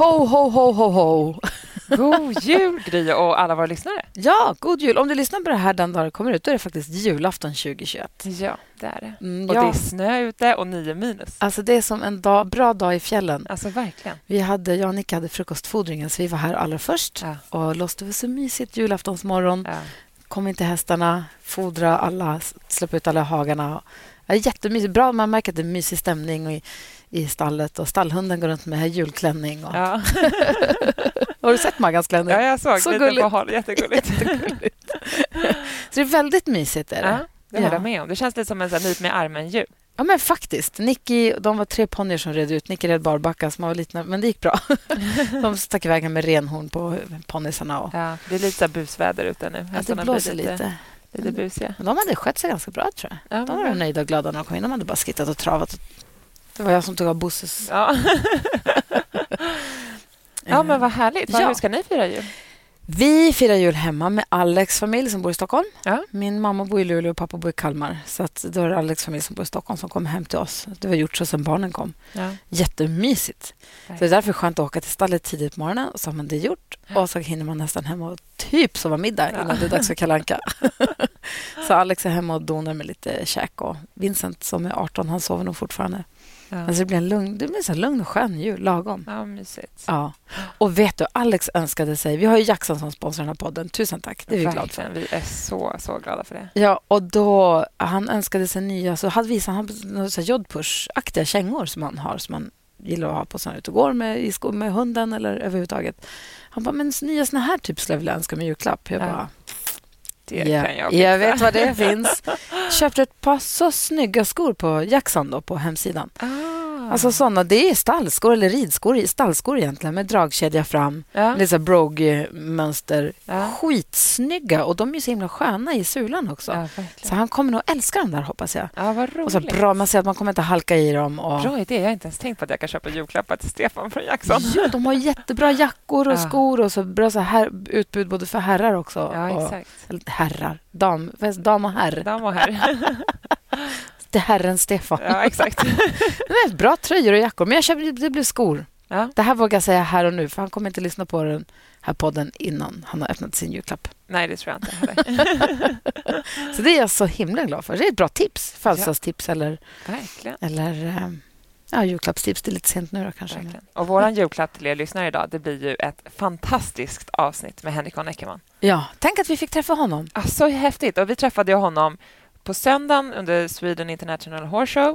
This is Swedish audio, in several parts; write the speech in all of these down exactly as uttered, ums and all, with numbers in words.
Ho, ho, ho, ho, ho. God jul, Gry, och alla våra lyssnare. Ja, god jul. Om du lyssnar på det här den dagen det kommer ut, då är det faktiskt julafton tjugohundratjugoett. Ja, det är det. Mm, och ja. det är snö ute och nio minus. Alltså det är som en dag, bra dag i fjällen. Alltså verkligen. Vi hade, jag och Nicka hade frukostfodringen, så vi var här allra först. Ja. Och låste vi så mysigt julaftonsmorgon. Ja. Kom in till hästarna, fodra alla, släppa ut alla hagarna. Ja, jättemysigt. Bra, man märker att det är mysig stämning i, i stallet. Och stallhunden går runt med här julklänning. Och... Ja. Har du sett Maggans klänning? Ja, jag såg så lite gulligt. på håll. Jättegulligt. Jättegulligt. Så det är väldigt mysigt. Är det? Ja, det håller Ja. jag med om. Det känns lite som en sån här nyp med armen-jul. Ja, men faktiskt. Nicky, de var tre ponnyer som red ut. Nicky red barbacka, som var liten, men det gick bra. De stack iväg med renhorn på ponnysarna. Och... Ja, det är lite så här busväder ute nu. Ja, det blåser lite. lite. Lite busiga. Men de hade skött sig ganska bra, tror jag. Ja, de var nöjda och glada när de kom in. De hade bara skittat och travat. Det var jag som tog av Bosses. Ja. Ja, men vad härligt. Ja. Hur ska ni fira jul? Vi firar jul hemma med Alex familj som bor i Stockholm. Ja. Min mamma bor i Luleå och pappa bor i Kalmar. Så att då är det Alex familj som bor i Stockholm som kommer hem till oss. Det var gjort så sedan barnen kom. Ja. Jättemysigt. Så det är därför skönt att åka till stallet tidigt på morgonen. Och så har man det gjort. Och så hinner man nästan hem och typ sova middag innan ja. det är dags för Kalle Anka. Så Alex är hemma och donar med lite käk. Och Vincent som är arton, han sover nog fortfarande. Ja. Alltså det blir en lugn, det blir så lugn och skön jul, lagom. Ja, mysigt. Ja. Och vet du, Alex önskade sig, vi har ju Jackson som sponsrar den här podden, tusen tack, det är vi glada för. Vi är så, så glada för det. Ja, och då, han önskade sig nya, så hade visat han några jodpush-aktiga kängor som han har, som man gillar att ha på sån ut och går med i skor med hunden eller överhuvudtaget. Han bara, men nya såna här typ skulle jag vilja önska med julklapp. Jag ja. bara... Det ja, kan jag, jag vet vad det finns. Köpte ett par så snygga skor på Jackson då, på hemsidan. Ah. Alltså sådana, det är stallskor eller ridskor, stallskor egentligen med dragkedja fram. Ja. Lite brogue-mönster. Ja. Skitsnygga och de är ju så himla sköna i sulan också. Ja, så han kommer nog älska dem där, hoppas jag. Ja, vad roligt. Och så bra, man ser att man kommer inte halka i dem. Och... Bra idé, jag har inte ens tänkt på att jag kan köpa julklappar till Stefan från Jackson. Ja, de har jättebra jackor och ja. skor och så bra så här utbud både för herrar också. Ja, exakt. Och, herrar, dam, dam och herr. Dam och herr. Det är herren Stefan. Ja, exakt. Det är bra tröjor och jackor, men jag köpte, det blev skor. Ja. Det här vågar jag säga här och nu, för han kommer inte lyssna på den här podden innan han har öppnat sin julklapp. Nej, det tror jag inte heller. Så det är jag så himla glad för. Det är ett bra tips, födelsedagstips ja. eller, Verkligen. eller ja, julklappstips. Det är lite sent nu då kanske. Verkligen. Och våran julklapp till er lyssnare idag, det blir ju ett fantastiskt avsnitt med Henrik von Eckermann. Ja, tänk att vi fick träffa honom. Ah, så häftigt. Och vi träffade ju honom på söndagen under Sweden International Horse Show.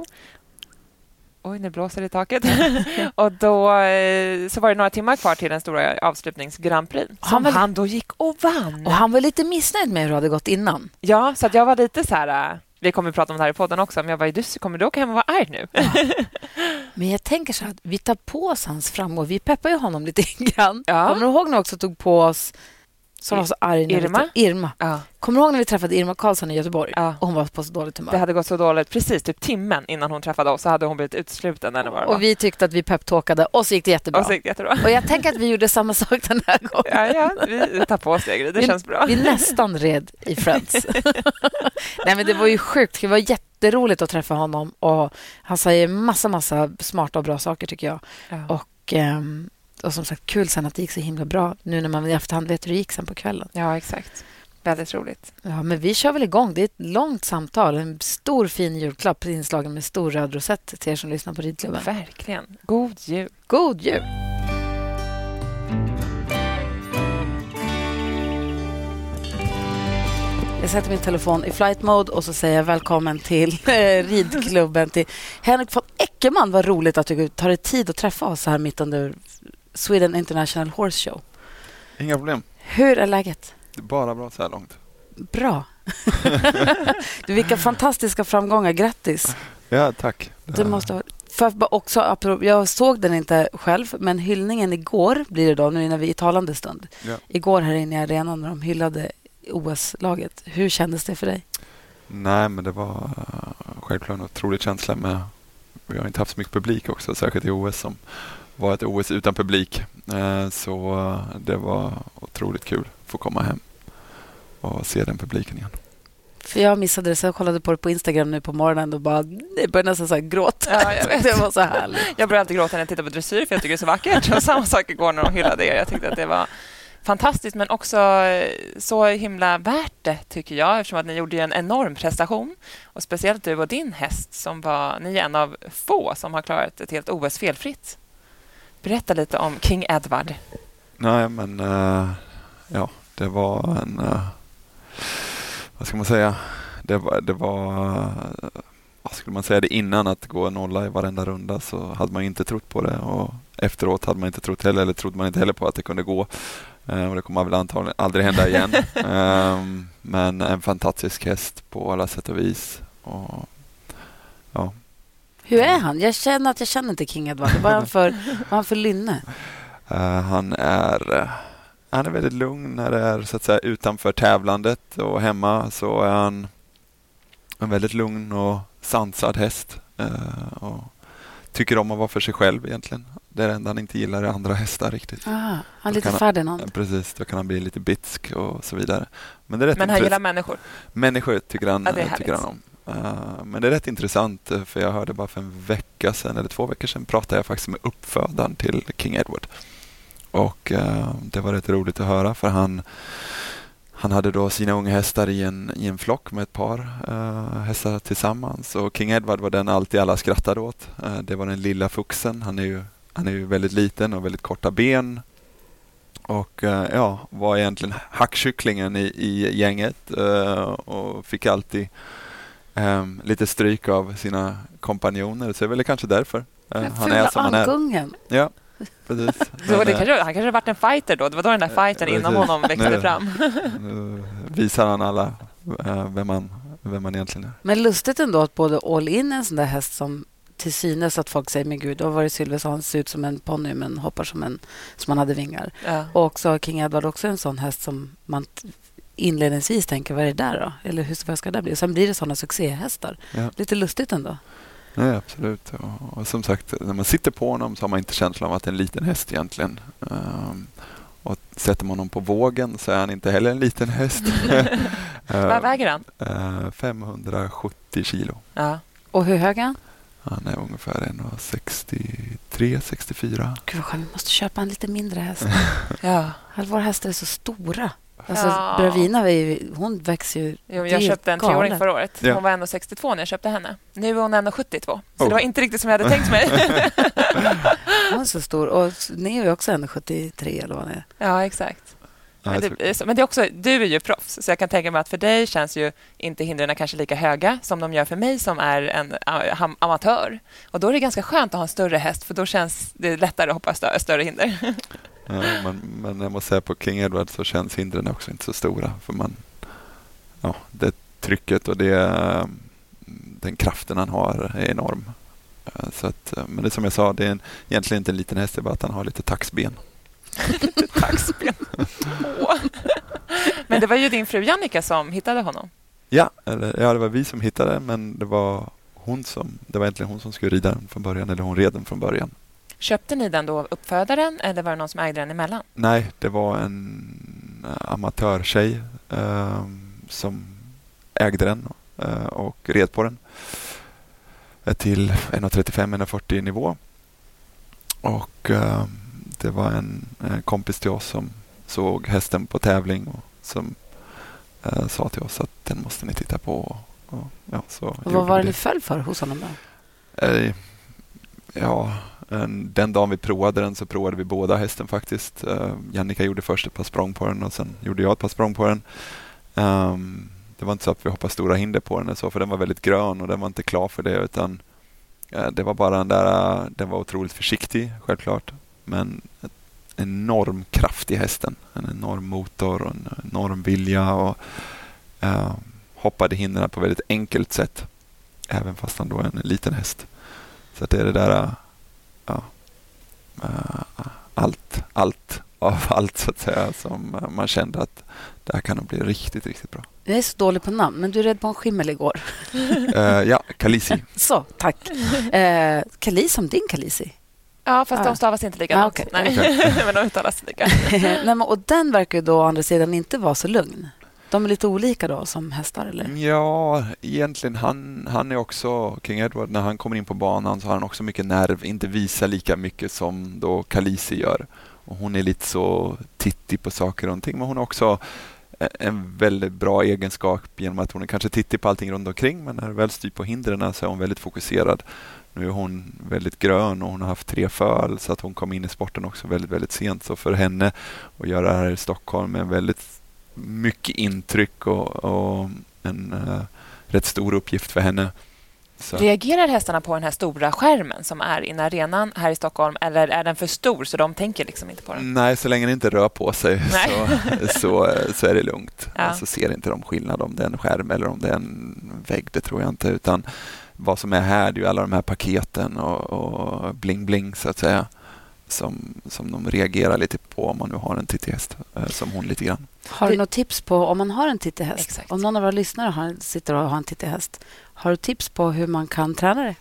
Oj, nu blåser det i taket. Och då eh, så var det några timmar kvar till den stora avslutnings-Grand Prix. Som han, väl... han då gick och vann. Och han var lite missnöjd med hur det hade gått innan. Ja, så att jag var lite så här... Äh, vi kommer att prata om det här i podden också. Men jag bara, du kommer du åka hem och vara arg nu? Ja. Men jag tänker så här, att vi tar på oss hans framgång. Vi peppar ju honom lite grann. Ja. Kommer du ihåg när vi också tog på oss... Som var så arg Irma. Irma. Ja. Kommer du ihåg när vi träffade Irma Karlsson i Göteborg? Ja. Och hon var på så dåligt humör. Det hade gått så dåligt. Precis, typ timmen innan hon träffade oss så hade hon blivit utsluten. Eller vad det var. Och vi tyckte att vi pepptalkade och så gick det jättebra. Och så gick det jättebra. Och jag tänker att vi gjorde samma sak den här gången. Ja, ja vi tar på oss det. Det vi, känns bra. Vi nästan red i Friends. Nej, men det var ju sjukt. Det var jätteroligt att träffa honom. Och han säger massa, massa smarta och bra saker tycker jag. Ja. Och... Um, Och som sagt, kul sen att det gick så himla bra. Nu när man i efterhand vet hur det gick sen på kvällen. Ja, exakt. Väldigt roligt. Ja, men vi kör väl igång. Det är ett långt samtal. En stor fin julklapp inslagen med stor röd rosett till er som lyssnar på Ridklubben. Verkligen. God jul. God jul. Jag sätter min telefon i flight mode och så säger jag välkommen till Ridklubben. Till Henrik von Eckermann. Vad roligt att du tar dig tid att träffa oss här mitt under Sweden International Horse Show. Inga problem. Hur är läget? Det är bara bra så här långt. Bra. Du, vilka fantastiska framgångar. Grattis. Ja, tack. Det måste ha... För också, jag såg den inte själv, men hyllningen igår blir det då, nu när vi är i talande stund. Ja. Igår här inne i arenan när de hyllade O S-laget. Hur kändes det för dig? Nej, men det var självklart en otrolig känsla med... Vi har inte haft så mycket publik också, särskilt i O S som var ett O S utan publik. Så det var otroligt kul att få komma hem och se den publiken igen. För jag missade det, så jag kollade på det på Instagram nu på morgonen och bara, det började nästan så här gråta. Ja, jag vet. Det var så härligt. Jag började alltid gråta när jag tittar på dressyr, för jag tycker det är så vackert. Och samma sak igår när de hyllade er. Jag tyckte att det var fantastiskt, men också så himla värt det, tycker jag, eftersom att ni gjorde en enorm prestation. Och speciellt du och din häst, som var, ni är en av få som har klarat ett helt O S felfritt. Berätta lite om King Edward. Nej, men uh, ja, det var en... Uh, vad ska man säga? Det var... Det var uh, vad skulle man säga det innan, att gå nolla i varenda runda, så hade man inte trott på det, och efteråt hade man inte trott heller, eller trodde man inte heller på att det kunde gå, uh, och det kommer väl antagligen aldrig hända igen. um, men en fantastisk häst på alla sätt och vis, och ja. Hur är han? Jag känner att jag känner inte King Edward. Vad är han för, vad är han för lynne? Uh, han är uh, han är väldigt lugn när det är, så att säga, utanför tävlandet, och hemma så är han en väldigt lugn och sansad häst, uh, och tycker om att vara för sig själv egentligen. Det är det enda han inte gillar är andra hästar riktigt. Aha, han är lite Ferdinand. Han, precis, då kan han bli lite bitsk och så vidare. Men, det är rätt Men han gillar människor? Människor tycker han, ja, tycker han om. Uh, men det är rätt intressant, för jag hörde bara för en vecka sedan, eller två veckor sedan, pratade jag faktiskt med uppfödaren till King Edward. Och uh, det var rätt roligt att höra, för han han hade då sina unga hästar i en, i en flock med ett par uh, hästar tillsammans. Och King Edward var den alltid alla skrattade åt. Uh, det var den lilla fuxen. Han är ju, han är ju väldigt liten och väldigt korta ben. Och uh, ja, var egentligen hackkycklingen i, i gänget, uh, och fick alltid um, lite stryk av sina kompanjoner. Så det är väl kanske därför uh, han är som han är. Ja. Precis. Så det kanske, han kanske har varit en fighter då. Det var då den där fighten inom honom växte nu, fram. Nu visar han alla uh, vem, man, vem man egentligen är. Men lustigt ändå att både all in en sån där häst som till synes att folk säger, men gud, då var det Sylve, så han ser ut som en ponny men hoppar som en, som han hade vingar. Ja. Och också King Edward, också en sån häst som man inledningsvis tänker, vad är det där då? Eller hur ska det bli? Och sen blir det såna succéhästar. Ja. Lite lustigt ändå. Nej, absolut. Och, och som sagt, när man sitter på honom så har man inte känslan av att det är en liten häst egentligen. Um, och sätter man honom på vågen så är han inte heller en liten häst. Vad väger han? Uh, femhundrasjuttio kilo. Ja. Och hur hög är han? Han är ungefär en komma sextiotre sextiofyra. Gud vad skönt, vi måste köpa en lite mindre häst. Ja. Alla våra hästar är så stora. Alltså, ja. Bravina, hon växer ju. Jo, jag köpte en treåring förra året. Hon ja. var en komma sextiotvå när jag köpte henne. Nu är hon en komma sjuttiotvå. Så oh. det var inte riktigt som jag hade tänkt mig. Hon är så stor. Och Neo är också en komma sjuttiotre eller vad det är. Ja, exakt. Men det, men det är också, du är ju proffs, så jag kan tänka mig att för dig känns ju inte hindren kanske lika höga som de gör för mig som är en am- amatör. Och då är det ganska skönt att ha en större häst, för då känns det lättare att hoppa stö- större hinder. Ja, men, men jag måste säga på King Edward så känns hindren också inte så stora, för man, ja, det trycket och det, den kraften han har är enorm. Så att, men det som jag sa, det är en, egentligen inte en liten häst, det är bara att han har lite taxben. Taxben. Oh. Men det var ju din fru Jannica som hittade honom. Ja, eller, ja, det var vi som hittade, men det var hon som, det var egentligen hon som skulle rida den från början, eller hon red den från början. Köpte ni den då av uppfödaren, eller var det någon som ägde den emellan? Nej, det var en amatörtjej eh, som ägde den eh, och red på den till en komma trettiofem till en komma fyrtio nivå. Och eh, det var en, en kompis till oss som såg hästen på tävling och som eh, sa till oss att den måste ni titta på. Och, och, ja, så och vad var det ni föll för hos honom då? Eh, ja, en, den dagen vi provade den så provade vi båda hästen faktiskt. Eh, Jannica gjorde först ett par språng på den och sen gjorde jag ett par språng på den. Um, det var inte så att vi hoppade stora hinder på den, så, för den var väldigt grön och den var inte klar för det, utan eh, det var bara den där, den var otroligt försiktig självklart. Men en enorm kraft i hästen. En enorm motor och en enorm vilja. Och uh, hoppade hindren på väldigt enkelt sätt. Även fast han då är en liten häst. Så att det är det där... Uh, uh, allt, allt av allt så att säga, som uh, man kände att det här kan nog bli riktigt, riktigt bra. Jag är så dålig på namn, men du är rädd på en skimmel igår. uh, ja, Khaleesi. Så, tack. Uh, Khaleesi som din Khaleesi. Ja, fast ah. de stavas inte likadant. Ah, okay. Nej. Okay. Men de uttalas lika. Nej, men, och den verkar ju då å andra sidan inte vara så lugn. De är lite olika då som hästar, eller? Ja, egentligen. Han, han är också, King Edward, när han kommer in på banan så har han också mycket nerv. Inte visar lika mycket som då Khaleesi gör. Och hon är lite så tittig på saker och ting. Men hon har också en väldigt bra egenskap genom att hon är kanske tittig på allting runt omkring. Men när det väl styr på hindren så är hon väldigt fokuserad. Nu är hon väldigt grön och hon har haft tre föl så att hon kom in i sporten också väldigt, väldigt sent. Så för henne att göra det här i Stockholm är väldigt mycket intryck och, och en uh, rätt stor uppgift för henne. Så. Reagerar hästarna på den här stora skärmen som är i arenan här i Stockholm, eller är den för stor så de tänker liksom inte på den? Nej, så länge den inte rör på sig så, så, så är det lugnt. Ja. Alltså ser inte de skillnad om det är en skärm eller om det är en vägg, det tror jag inte. Utan vad som är här, det är ju alla de här paketen och, och bling-bling så att säga. Som, som de reagerar lite på om man nu har en tittihäst, som hon lite grann. Har du något tips på om man har en tittihäst? Exakt. Om någon av våra lyssnare har, sitter och har en tittihäst, har du tips på hur man kan träna det?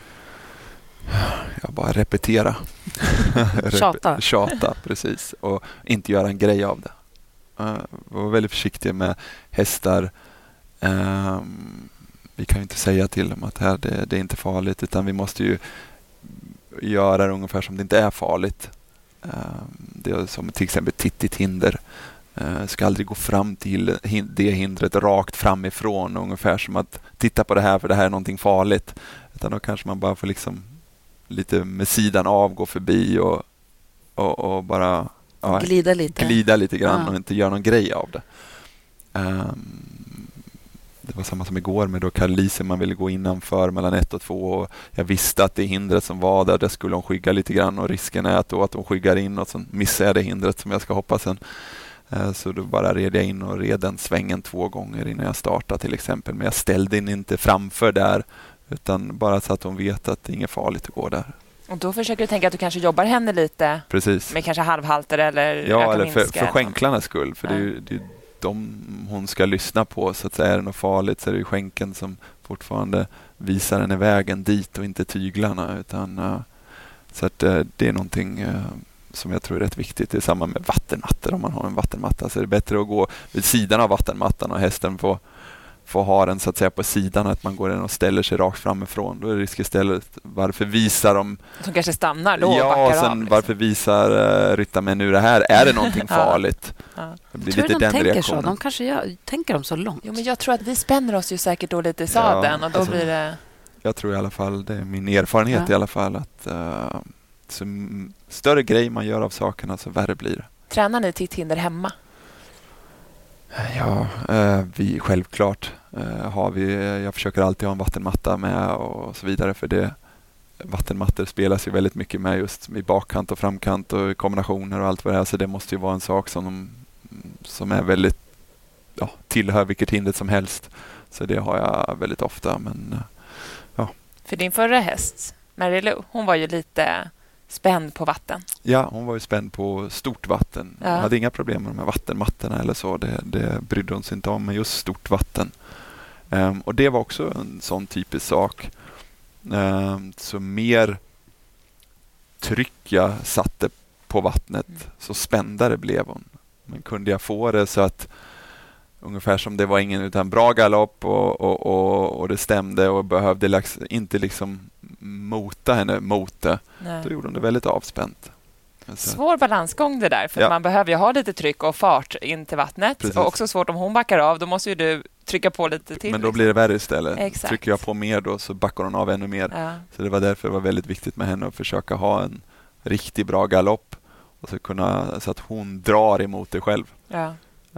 Jag bara repetera. Tjata. Tjata, precis. Och inte göra en grej av det. Uh, var väldigt försiktig med hästar. Um, vi kan ju inte säga till dem att här, det, det är inte farligt, utan vi måste ju göra det ungefär som det inte är farligt. Uh, det är som till exempel tittigt hinder. Uh, ska aldrig gå fram till hin- det hindret rakt framifrån, ungefär som att titta på det här för det här är någonting farligt. Utan då kanske man bara får liksom lite med sidan av gå förbi och, och, och bara ja, glida lite, glida lite grann ja. Och inte göra någon grej av det. Um, det var samma som igår med då Khaleesi, man ville gå innanför mellan ett och två och jag visste att det hindret som var där, det skulle hon skygga lite grann och risken är att, då att hon skyggar in och så missar jag det hindret som jag ska hoppa sen. Uh, så då bara red jag in och red den svängen två gånger innan jag startade till exempel, men jag ställde in inte framför där utan bara så att hon vet att det är inget farligt att gå där. Och då försöker du tänka att du kanske jobbar henne lite. Precis. Med kanske halvhalter eller ja, eller för, för skänklarnas skull. För ja. det är ju det är de hon ska lyssna på. Så att säga, är det något farligt så är det ju skänken som fortfarande visar henne vägen dit och inte tyglarna. Utan, uh, så att uh, det är någonting uh, som jag tror är rätt viktigt. Det är samma med vattenmattor. Om man har en vattenmatta så är det bättre att gå vid sidan av vattenmattan och hästen får få ha den så att säga på sidan, att man går in och ställer sig rakt framifrån. Då är det risk istället, varför visar de... Som kanske stannar då ja, och backar och sen av, liksom. Varför visar uh, ryttarmän nu det här? Är det någonting farligt? Ja. Det blir tror lite de den tänker reaktionen. så? De kanske gör, tänker de så långt? Jo, men jag tror att vi spänner oss ju säkert då lite i sadeln ja, och då alltså, blir det... Jag tror i alla fall, det är min erfarenhet ja. i alla fall, att uh, så m- större grej man gör av sakerna så värre blir det. Tränar ni titthinder hemma? Ja, eh, vi självklart eh, har vi. Jag försöker alltid ha en vattenmatta med och så vidare, för det vattenmattor spelas ju väldigt mycket med just i bakkant och framkant och kombinationer och allt vad det är, så det måste ju vara en sak som de, som är väldigt ja, tillhör vilket hinder som helst. Så det har jag väldigt ofta, men ja. För din förra häst, Mary Lou, hon var ju lite spänd på vatten. Ja, hon var ju spänd på stort vatten. Ja. Hon hade inga problem med de här vattenmattorna eller så. Det, det brydde hon sig inte om, men just stort vatten. Um, och det var också en sån typisk sak. Um, så mer tryck jag satte på vattnet, mm. så spändare blev hon. Men kunde jag få det så att ungefär som det var ingen utan bra galopp och, och, och, och det stämde och behövde lax, inte liksom mota henne mot det. Nej. Då gjorde hon det väldigt avspänt. Så. Svår balansgång det där, för ja. man behöver ju ha lite tryck och fart in till vattnet. Precis. Och också svårt om hon backar av, då måste ju du trycka på lite till. Men då blir det värre istället. Exakt. Trycker jag på mer då så backar hon av ännu mer. Ja. Så det var därför det var väldigt viktigt med henne att försöka ha en riktigt bra galopp och så, kunna, så att hon drar emot det själv. Ja.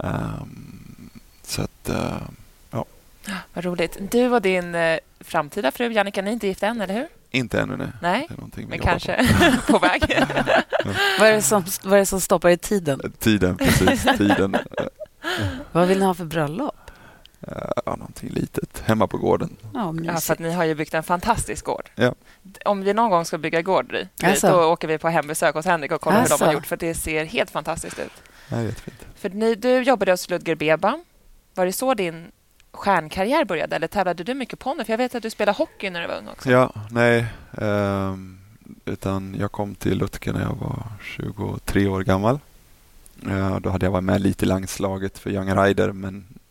Um, så att, uh, ja. Vad roligt. Du och din uh, framtida fru Jannica, ni är inte gifta än, eller hur? Inte ännu, nej. Nej, det men kanske på, på väg. Ja. Vad är det som, vad är det som stoppar i tiden? Tiden, precis. Tiden. Vad vill ni ha för bröllop? Uh, ja, någonting litet. Hemma på gården. Ja, ja, för att ni har ju byggt en fantastisk gård. Ja. Om vi någon gång ska bygga gård, alltså. då åker vi på hembesök hos Henrik och kollar alltså. hur de har gjort, för det ser helt fantastiskt ut. Ja, jättefint. För ni, du jobbade hos Ludger Beba. Var det så din stjärnkarriär började, eller tävlade du mycket ponny? För jag vet att du spelade hockey när du var ung också. Ja, nej. Um, utan jag kom till Ludger när jag var tjugotre år gammal. Uh, då hade jag varit med lite i landslaget för Young Rider, men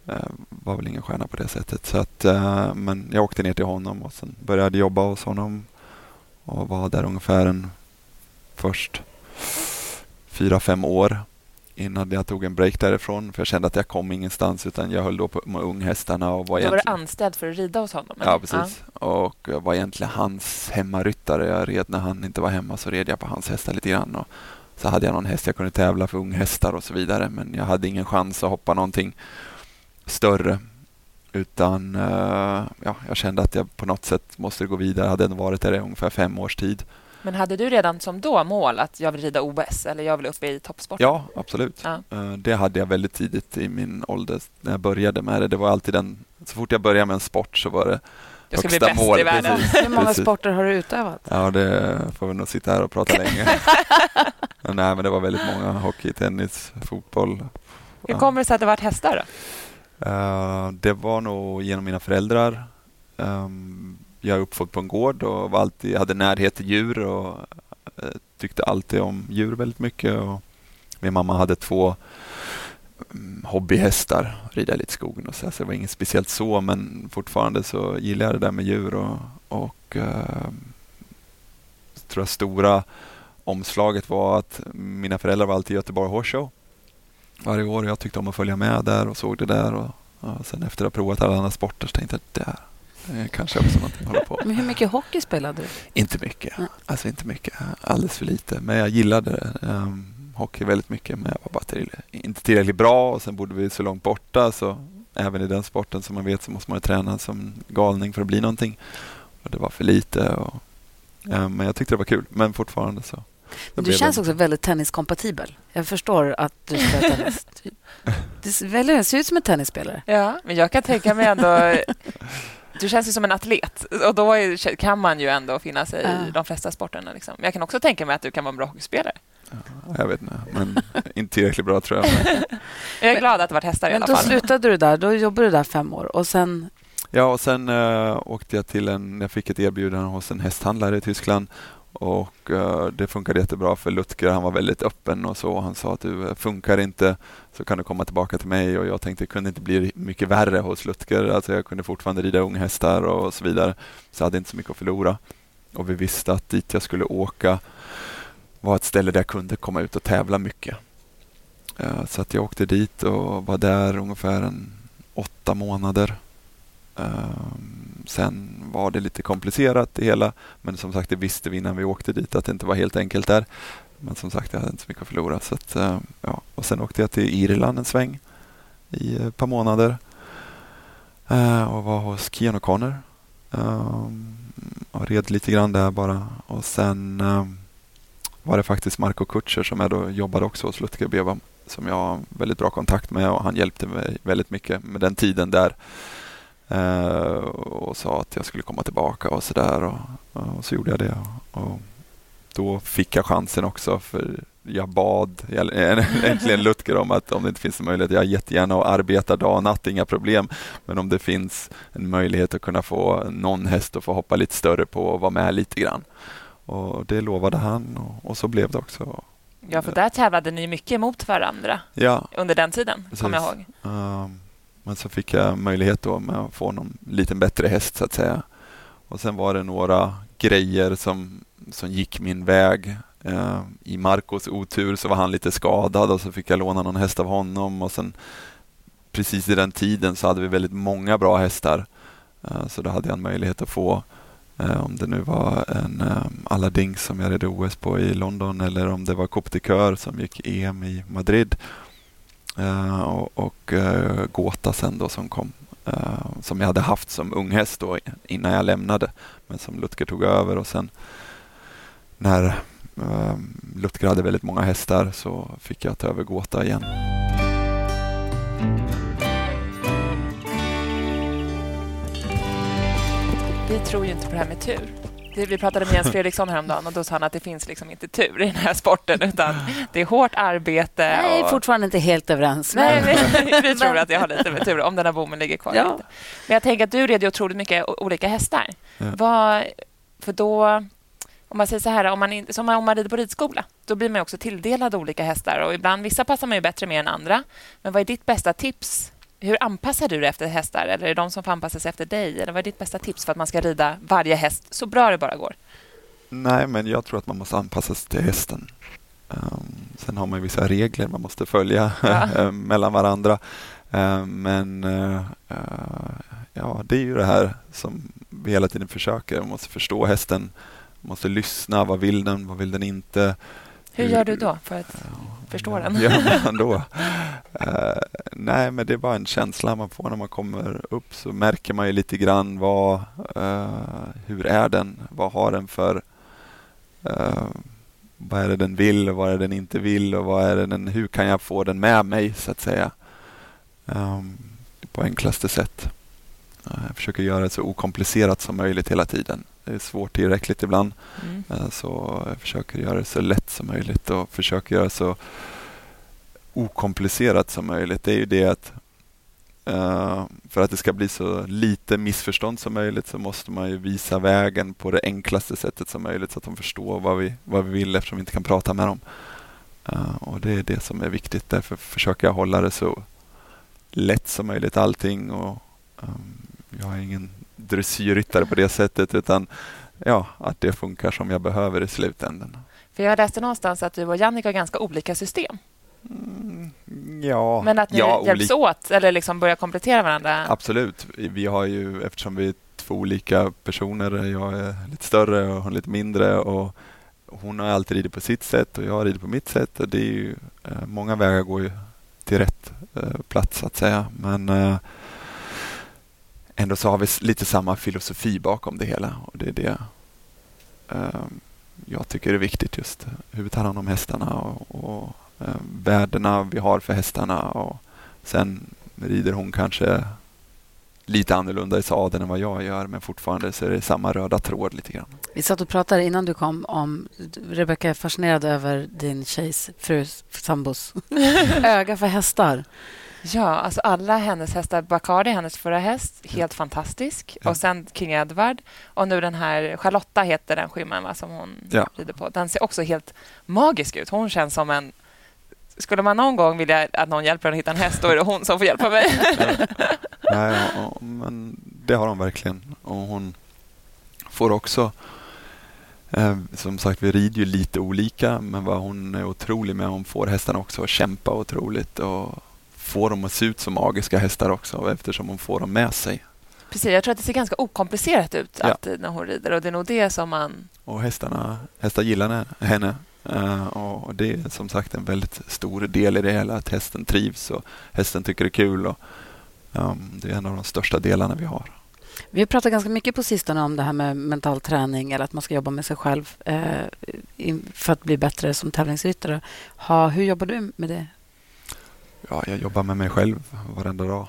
uh, var väl ingen stjärna på det sättet. Så att, uh, men jag åkte ner till honom och sen började jobba hos honom och var där ungefär en först fyra, fem år innan jag tog en break därifrån. För jag kände att jag kom ingenstans utan jag höll då på med unghästarna. Och var då var du anställd för att rida hos honom? Eller? Ja, precis. Ja. Och jag var egentligen hans hemmaryttare. Jag red när han inte var hemma så red jag på hans hästar lite grann. Och så hade jag någon häst jag kunde tävla för unghästar och så vidare. Men jag hade ingen chans att hoppa någonting större. Utan uh, ja, jag kände att jag på något sätt måste gå vidare. Jag hade varit där i ungefär fem års tid. Men hade du redan som då mål att jag vill rida O S eller jag vill upp i toppsporten? Ja, absolut. Ja. Uh, det hade jag väldigt tidigt i min ålder när jag började med det. Det var alltid den, så fort jag började med en sport så var det jag ska högsta bli bäst mål. I världen. Hur många precis. sporter har du utövat? Ja, det får vi nog sitta här och prata länge. men, nej, men det var väldigt många. Hockey, tennis, fotboll. Hur kommer det sig att det varit hästar då? Uh, det var nog genom mina föräldrar. Um, jag är uppfödd på en gård och var alltid, hade närhet till djur och uh, tyckte alltid om djur väldigt mycket. Och min mamma hade två um, hobbyhästar, rida lite i skogen och så, så det var inget speciellt så, men fortfarande så gillar jag det där med djur och, och uh, tror jag stora omslaget var att mina föräldrar var alltid i Göteborg Horse Show varje år. Jag tyckte om att följa med där och såg det där. Och, och sen efter att ha provat alla andra sporter så tänkte jag att det är kanske också någonting att hålla på. Men hur mycket hockey spelade du? Inte mycket. Mm. Alltså inte mycket. Alldeles för lite. Men jag gillade um, hockey väldigt mycket. Men jag var bara till, inte tillräckligt bra. Och sen bodde vi så långt borta. Så även i den sporten som man vet så måste man träna som galning för att bli någonting. Och det var för lite. Och, um, men jag tyckte det var kul. Men fortfarande så. Du känns också väldigt tenniskompatibel. Jag förstår att du spelar tennis. Det ser ut som en tennisspelare. Ja, men jag kan tänka mig ändå... Du känns ju som en atlet. Och då är, kan man ju ändå finna sig ja. i de flesta sporterna. Liksom. Men jag kan också tänka mig att du kan vara en bra hockeyspelare. Ja, jag vet inte, men inte tillräckligt bra tror jag. Men... jag är glad att det varit hästar i alla fall. Men då slutade du där. Då jobbade du där fem år. Och sen... Ja, och sen uh, åkte jag till en... Jag fick ett erbjudande hos en hästhandlare i Tyskland. Och uh, det funkade jättebra för Lutger. Han var väldigt öppen och så. Han sa att du funkar inte så kan du komma tillbaka till mig. Och jag tänkte det kunde inte bli mycket värre hos Lutger. Alltså jag kunde fortfarande rida unghästar och så vidare. Så jag hade inte så mycket att förlora. Och vi visste att dit jag skulle åka var ett ställe där jag kunde komma ut och tävla mycket. Uh, så att jag åkte dit och var där ungefär en åtta månader. Uh, sen var det lite komplicerat det hela, men som sagt det visste vi innan vi åkte dit att det inte var helt enkelt där, men som sagt jag hade inte så mycket att förlora så att, uh, ja. Och sen åkte jag till Irland en sväng i ett par månader uh, och var hos Kian O'Connor uh, och red lite grann där bara och sen uh, var det faktiskt Marco Kutcher som jag då jobbade också hos Lutger Bevam som jag har väldigt bra kontakt med och han hjälpte mig väldigt mycket med den tiden där. Uh, och sa att jag skulle komma tillbaka och så där och, och så gjorde jag det och, och då fick jag chansen också för jag bad äntligen Lutger om att om det inte finns en möjlighet, jag jättegärna att arbeta dag och natt, inga problem, men om det finns en möjlighet att kunna få någon häst att få hoppa lite större på och vara med lite grann och det lovade han och, och så blev det också. Ja, för där tävlade ni mycket mot varandra ja, under den tiden, kommer jag ihåg. Um, Men så fick jag möjlighet då med att få någon liten bättre häst så att säga. Och sen var det några grejer som, som gick min väg. Eh, I Marcos otur så var han lite skadad och så fick jag låna någon häst av honom. Och sen precis i den tiden så hade vi väldigt många bra hästar. Eh, så då hade jag en möjlighet att få eh, om det nu var en eh, Aladdin som jag red O S på i London eller om det var Coupe de Coeur som gick E M i Madrid. Uh, och och uh, Gåta sen då som kom uh, som jag hade haft som ung häst då innan jag lämnade men som Lutger tog över och sen när uh, Lutger hade väldigt många hästar så fick jag ta över Gåta igen. Vi tror ju inte på det här med tur. Vi pratade med Jens Fredriksson häromdagen och då sa han att det finns liksom inte tur i den här sporten utan det är hårt arbete. Nej, och... fortfarande inte helt överens. Nej, vi, vi tror att jag har lite med tur om den här bommen ligger kvar. Ja. Lite. Men jag tänker att du red ju otroligt mycket olika hästar. Ja. Vad, för då, om man säger så här, om man, in, som om man rider på ridskola, då blir man också tilldelad olika hästar och ibland, vissa passar man ju bättre med än andra. Men vad är ditt bästa tips hur anpassar du dig efter hästar? Eller är det de som får anpassa sig efter dig? Eller vad är ditt bästa tips för att man ska rida varje häst så bra det bara går? Nej, men jag tror att man måste anpassa sig till hästen. Um, sen har man ju vissa regler man måste följa ja. mellan varandra. Uh, men uh, uh, ja, det är ju det här som vi hela tiden försöker. Man måste förstå hästen, man måste lyssna. Vad vill den? Vad vill den inte? Hur gör du då för att uh, förstå den? Ja, då. Uh, nej, men det är bara en känsla man får när man kommer upp. Så märker man ju lite grann vad, uh, hur är den? Vad har den för... Uh, vad är det den vill och vad är det den inte vill och vad är det den, hur kan jag få den med mig så att säga um, på enklaste sätt. Uh, jag försöker göra det så okomplicerat som möjligt hela tiden. Det är svårt tillräckligt ibland mm. uh, så jag försöker göra det så lätt som möjligt och försöker göra det så okomplicerat som möjligt. Det är ju det att Uh, för att det ska bli så lite missförstånd som möjligt så måste man ju visa vägen på det enklaste sättet som möjligt så att de förstår vad vi, vad vi vill eftersom vi inte kan prata med dem. Uh, och det är det som är viktigt. Därför försöker jag hålla det så lätt som möjligt allting. Och, um, jag är ingen dressyrryttare på det sättet utan ja, att det funkar som jag behöver i slutändan. För jag läste någonstans att du och Jannica har ganska olika system. Mm, ja, men att ni ja, hjälps oli- åt eller liksom börjar komplettera varandra? Absolut. Vi har ju, eftersom vi är två olika personer, jag är lite större och hon lite mindre och hon har alltid ridit på sitt sätt och jag har ridit på mitt sätt. Och det är ju, eh, många vägar går ju till rätt eh, plats så att säga. Men eh, ändå så har vi lite samma filosofi bakom det hela och det är det eh, jag tycker är viktigt, just hur vi tar hand om hästarna och, och värdena vi har för hästarna och sen rider hon kanske lite annorlunda i sadeln än vad jag gör men fortfarande så är det samma röda tråd lite grann. Vi satt och pratade innan du kom om Rebecca är fascinerad över din tjejs frus sambos öga för hästar. Ja, alltså alla hennes hästar, Bacardi, hennes förra häst, helt fantastisk. Ja. Och sen King Edward. Och nu den här, Charlotta heter den skymmen va, som hon ja. rider på. Den ser också helt magisk ut. Hon känns som en... Skulle man någon gång vilja att någon hjälper henne att hitta en häst, då är det hon som får hjälpa mig. Nej, ja, men det har hon verkligen. Och hon får också... Eh, som sagt, vi rider ju lite olika, men vad hon är otrolig med, hon får hästarna också att kämpa otroligt och får dem att se ut som magiska hästar också, eftersom hon får dem med sig. Precis, jag tror att det ser ganska okomplicerat ut ja. alltid när hon rider, och det är nog det som man... Och hästarna, hästar gillar henne. Uh, och det är som sagt en väldigt stor del i det hela, att hästen trivs och hästen tycker det är kul och um, det är en av de största delarna vi har. Vi har pratat ganska mycket på sistone om det här med mental träning eller att man ska jobba med sig själv eh, för att bli bättre som tävlingsryttare. Ha, hur jobbar du med det? Ja, jag jobbar med mig själv varenda dag.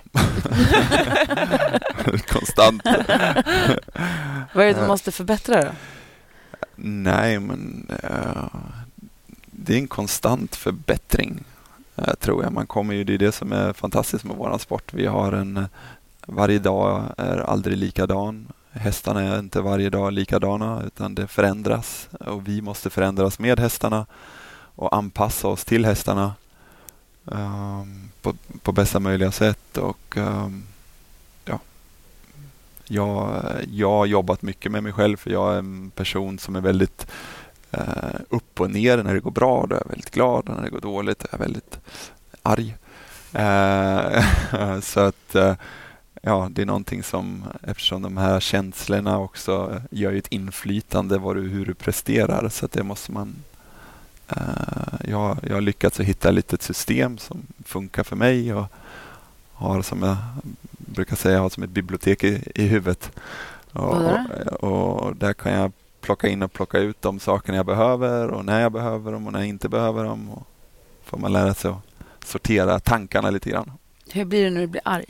Konstant. Vad är det du måste förbättra då? Nej, men uh, det är en konstant förbättring, uh, tror jag. Man kommer ju, det är det som är fantastiskt med vår sport. Vi har en, varje dag är aldrig likadan. Hästarna är inte varje dag likadana, utan det förändras. Och vi måste förändras med hästarna och anpassa oss till hästarna um, på, på bästa möjliga sätt. Och um, ja, jag, jag har jobbat mycket med mig själv, för jag är en person som är väldigt uh, upp och ner. När det går bra då är jag väldigt glad, och när det går dåligt är jag väldigt arg. Uh, så att uh, ja, det är någonting som, eftersom de här känslorna också gör ju ett inflytande vad du, hur du presterar, så att det måste man uh, jag, jag har lyckats att hitta lite ett system som funkar för mig och har, som jag brukar säga, har som ett bibliotek i, i huvudet och, och, och där kan jag plocka in och plocka ut de sakerna jag behöver och när jag behöver dem och när jag inte behöver dem, och får man lära sig att sortera tankarna lite grann. Hur blir det när du blir arg?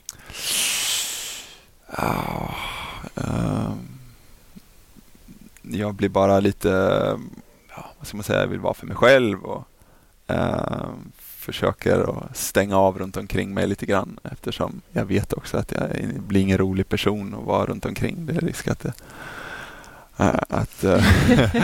Uh, uh, jag blir bara lite, ja, vad ska man säga, jag vill vara för mig själv och uh, försöker att stänga av runt omkring mig lite grann, eftersom jag vet också att jag blir ingen rolig person att vara runt omkring. Det är risk att det, uh, att uh,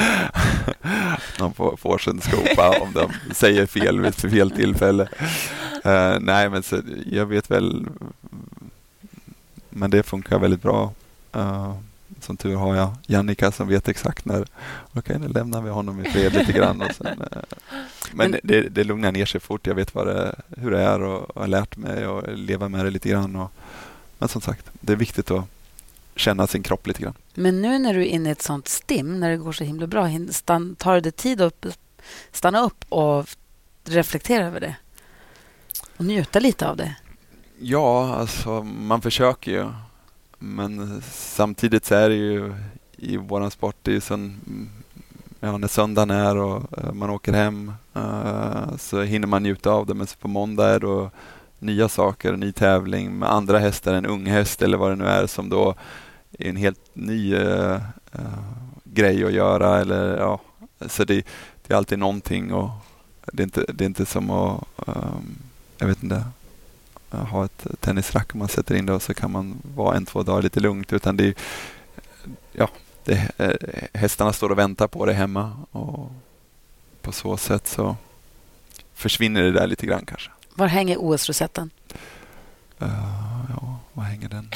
någon får, får sin skopa om de säger fel vid fel tillfälle. uh, nej, men så, jag vet väl, men det funkar väldigt bra. Uh, som tur har jag Jannica som vet exakt när, okej, okay, nu lämnar vi honom i fred lite grann. Och sen, uh, men men det, det lugnar ner sig fort. Jag vet vad det, hur det är och, och har lärt mig och leva med det lite grann. Och, men som sagt, det är viktigt att känna sin kropp lite grann. Men nu när du är inne i ett sånt stim, när det går så himla bra, stann, tar du dig tid att stanna upp och reflektera över det? Och njuta lite av det? Ja, alltså man försöker ju. Men samtidigt så är det ju i våran sport, det är ju sån, ja, när söndagen är och uh, man åker hem uh, så hinner man njuta av det. Men så på måndag är det nya saker, ny tävling med andra hästar, en ung häst eller vad det nu är som då är en helt ny uh, uh, grej att göra. Eller, ja, så det, det är alltid någonting och det är inte, det är inte som att, um, jag vet inte, ha ett tennisrack man sätter in det och så kan man vara en, två dagar lite lugnt. Utan det är, ja, det, hästarna står och väntar på det hemma och på så sätt så försvinner det där lite grann kanske. Var hänger O S-rosetten? Uh, ja, var hänger den?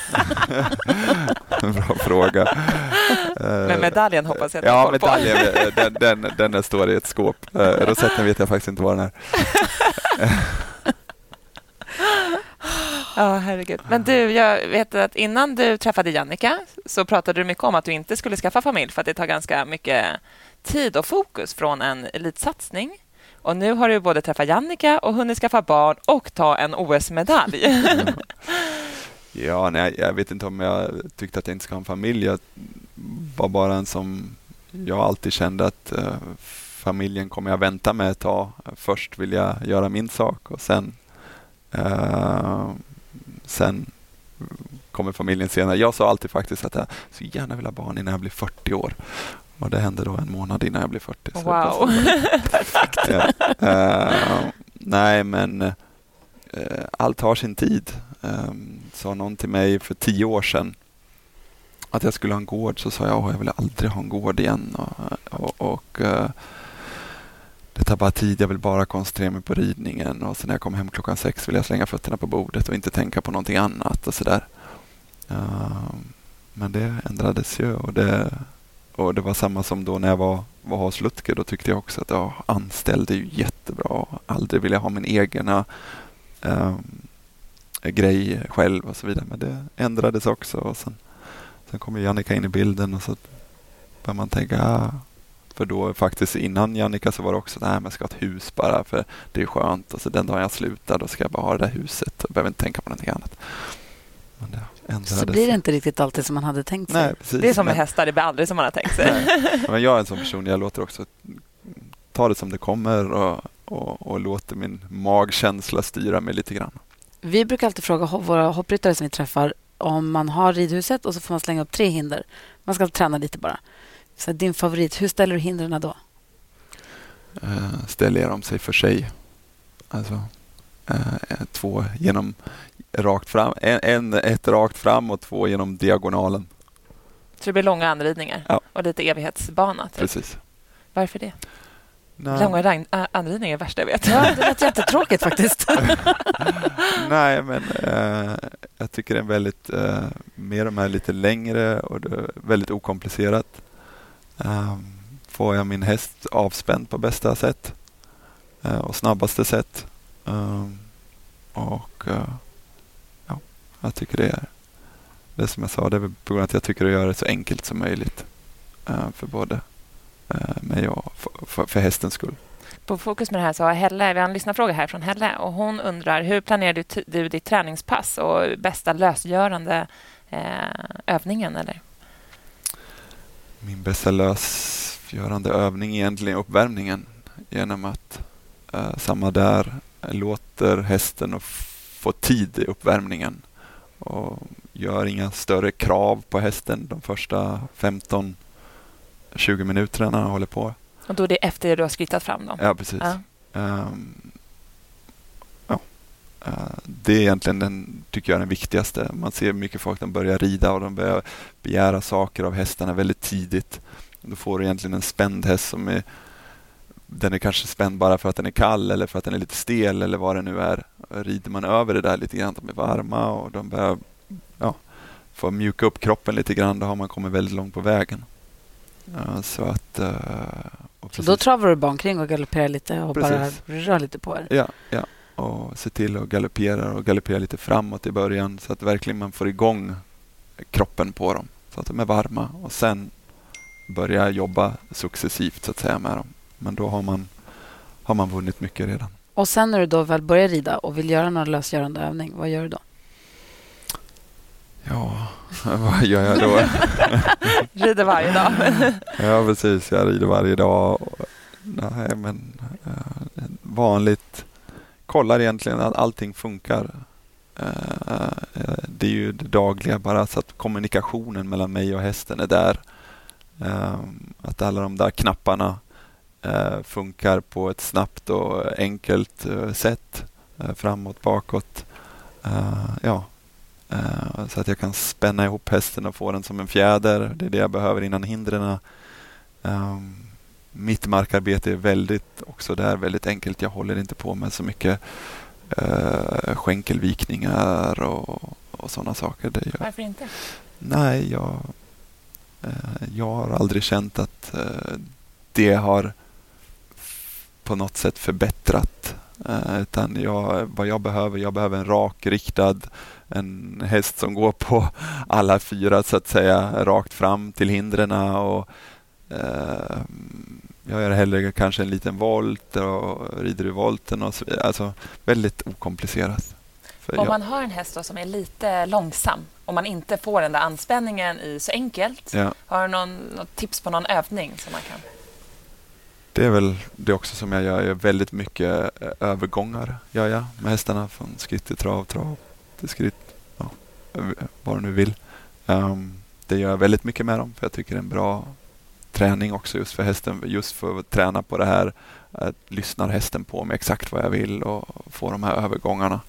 Bra fråga. Uh, Men medaljen hoppas jag att ja, jag medaljen, den, den, den, den står i ett skåp. Uh, rosetten vet jag faktiskt inte var den är. Ja, herregud. Men du, jag vet att innan du träffade Jannica så pratade du mycket om att du inte skulle skaffa familj för att det tar ganska mycket tid och fokus från en elitsatsning. Och nu har du både träffat Jannica och hunnit skaffa barn och ta en O S-medalj. Mm. Ja, nej, jag vet inte om jag tyckte att jag inte ska ha en familj. Jag var bara en som jag alltid kände att uh, familjen kommer jag vänta med ett tag. Först vill jag göra min sak och sen uh, sen kommer familjen senare. Jag sa alltid faktiskt att jag så gärna vill ha barn innan jag blir fyrtio år. Och det hände då en månad innan jag blev fyrtio. Wow, perfekt. Ja. Uh, nej, men uh, allt har sin tid. Uh, sa någon till mig för tio år sedan att jag skulle ha en gård, så sa jag att jag vill aldrig ha en gård igen. Och, och, och uh, det tar bara tid, jag vill bara koncentrera mig på ridningen. Och sen när jag kom hem klockan sex vill jag slänga fötterna på bordet och inte tänka på någonting annat och sådär. Uh, men det ändrades ju och det Och det var samma som då när jag var, var hos Lutke. Då tyckte jag också att ja, anställd är ju jättebra. Aldrig vill jag ha min egna um, grej själv och så vidare. Men det ändrades också. Och sen, sen kom Jannica in i bilden och så började man tänka... Ah, för då faktiskt innan Jannica så var det också att jag ska ha ett hus bara för det är skönt. Och så den dagen jag slutar då ska jag bara ha det där huset och behöver inte tänka på någonting annat. Men det så blir det inte riktigt alltid som man hade tänkt sig. Nej, precis. Det är som med men, hästar, det blir aldrig som man har tänkt sig. men jag är en sån person, jag låter också ta det som det kommer och, och, och låter min magkänsla styra mig lite grann. Vi brukar alltid fråga våra hoppryttare som vi träffar om man har ridhuset och så får man slänga upp tre hinder. Man ska träna lite bara. Så din favorit, hur ställer du hindren då? Uh, ställer jag dem sig för sig. Alltså uh, två genom rakt fram, en, en, ett rakt fram och två genom diagonalen. Så det blir långa anridningar ja. och lite evighetsbana. Typ. Precis. Varför det? Nej. Långa regn, anridningar är det värsta jag vet. Ja, det låter jättetråkigt faktiskt. Nej, men uh, jag tycker det är väldigt uh, med de här lite längre och det är väldigt okomplicerat. Um, får jag min häst avspänd på bästa sätt uh, och snabbaste sätt. Um, och uh, ja, jag tycker det är det som jag sa, det är på grund av att jag tycker att göra det så enkelt som möjligt uh, för både uh, mig och för, för, för hästens skull. På Fokus med det här så har Helle, vi har en lyssnarfråga här från Helle och hon undrar hur planerar du, t- du ditt träningspass och bästa lösgörande eh, övningen eller? Min bästa lösgörande övning är egentligen uppvärmningen genom att uh, samma där låter hästen och få tid i uppvärmningen och gör inga större krav på hästen de första femton tjugo minuterna håller på. Och då är det efter du har skrittat fram dem? Ja, precis. Ja. Um, ja. Uh, det är egentligen den, tycker jag, den viktigaste. Man ser mycket folk som börjar rida och de börjar begära saker av hästarna väldigt tidigt. Då får du egentligen en spänd häst som är den är kanske spänd bara för att den är kall eller för att den är lite stel eller vad det nu är. Rider man över det där lite grann, de är varma och de börjar ja, få mjuka upp kroppen lite grann, då har man kommit väldigt långt på vägen. Uh, så att... Uh, så då travar du bara omkring och galopperar lite och precis. Bara rör lite på er? Ja, ja. Och se till att galoppera och galoppera lite framåt i början så att verkligen man får igång kroppen på dem så att de är varma och sen börja jobba successivt så att säga med dem. Men då har man, har man vunnit mycket redan. Och sen när du då väl börjar rida och vill göra någon lösgörande övning, vad gör du då? Ja, vad gör jag då? Rider varje dag. Ja, precis. Jag rider varje dag. Nej, men uh, vanligt. Kollar egentligen att allting funkar. Uh, det är ju det dagliga, bara så att kommunikationen mellan mig och hästen är där. Uh, att alla de där knapparna uh, funkar på ett snabbt och enkelt uh, sätt. Uh, framåt, bakåt. Uh, ja. Uh, så att jag kan spänna ihop hästen och få den som en fjäder. Det är det jag behöver innan hindren. Um, mitt markarbete är väldigt också där väldigt enkelt. Jag håller inte på med så mycket uh, skänkelvikningar och, och sådana saker. Det gör. Varför inte? Nej, jag, uh, jag har aldrig känt att uh, det har f- på något sätt förbättrat. Uh, utan jag, vad jag behöver, jag behöver en rak, riktad, en häst som går på alla fyra så att säga rakt fram till hindren och uh, jag gör hellre kanske en liten volt och rider i volten och så, alltså väldigt okomplicerat. För om jag, man har en häst då som är lite långsam, om man inte får den där anspänningen i så enkelt, ja. Har du någon, något tips på någon övning som man kan? Det är väl det också som jag gör. Jag gör väldigt mycket övergångar gör jag med hästarna från skritt till trav, trav till skritt, ja, vad du nu vill. Um, det gör jag väldigt mycket med dem för jag tycker det är en bra träning också just för hästen, just för att träna på det här, att lyssnar hästen på mig exakt vad jag vill och få de här övergångarna.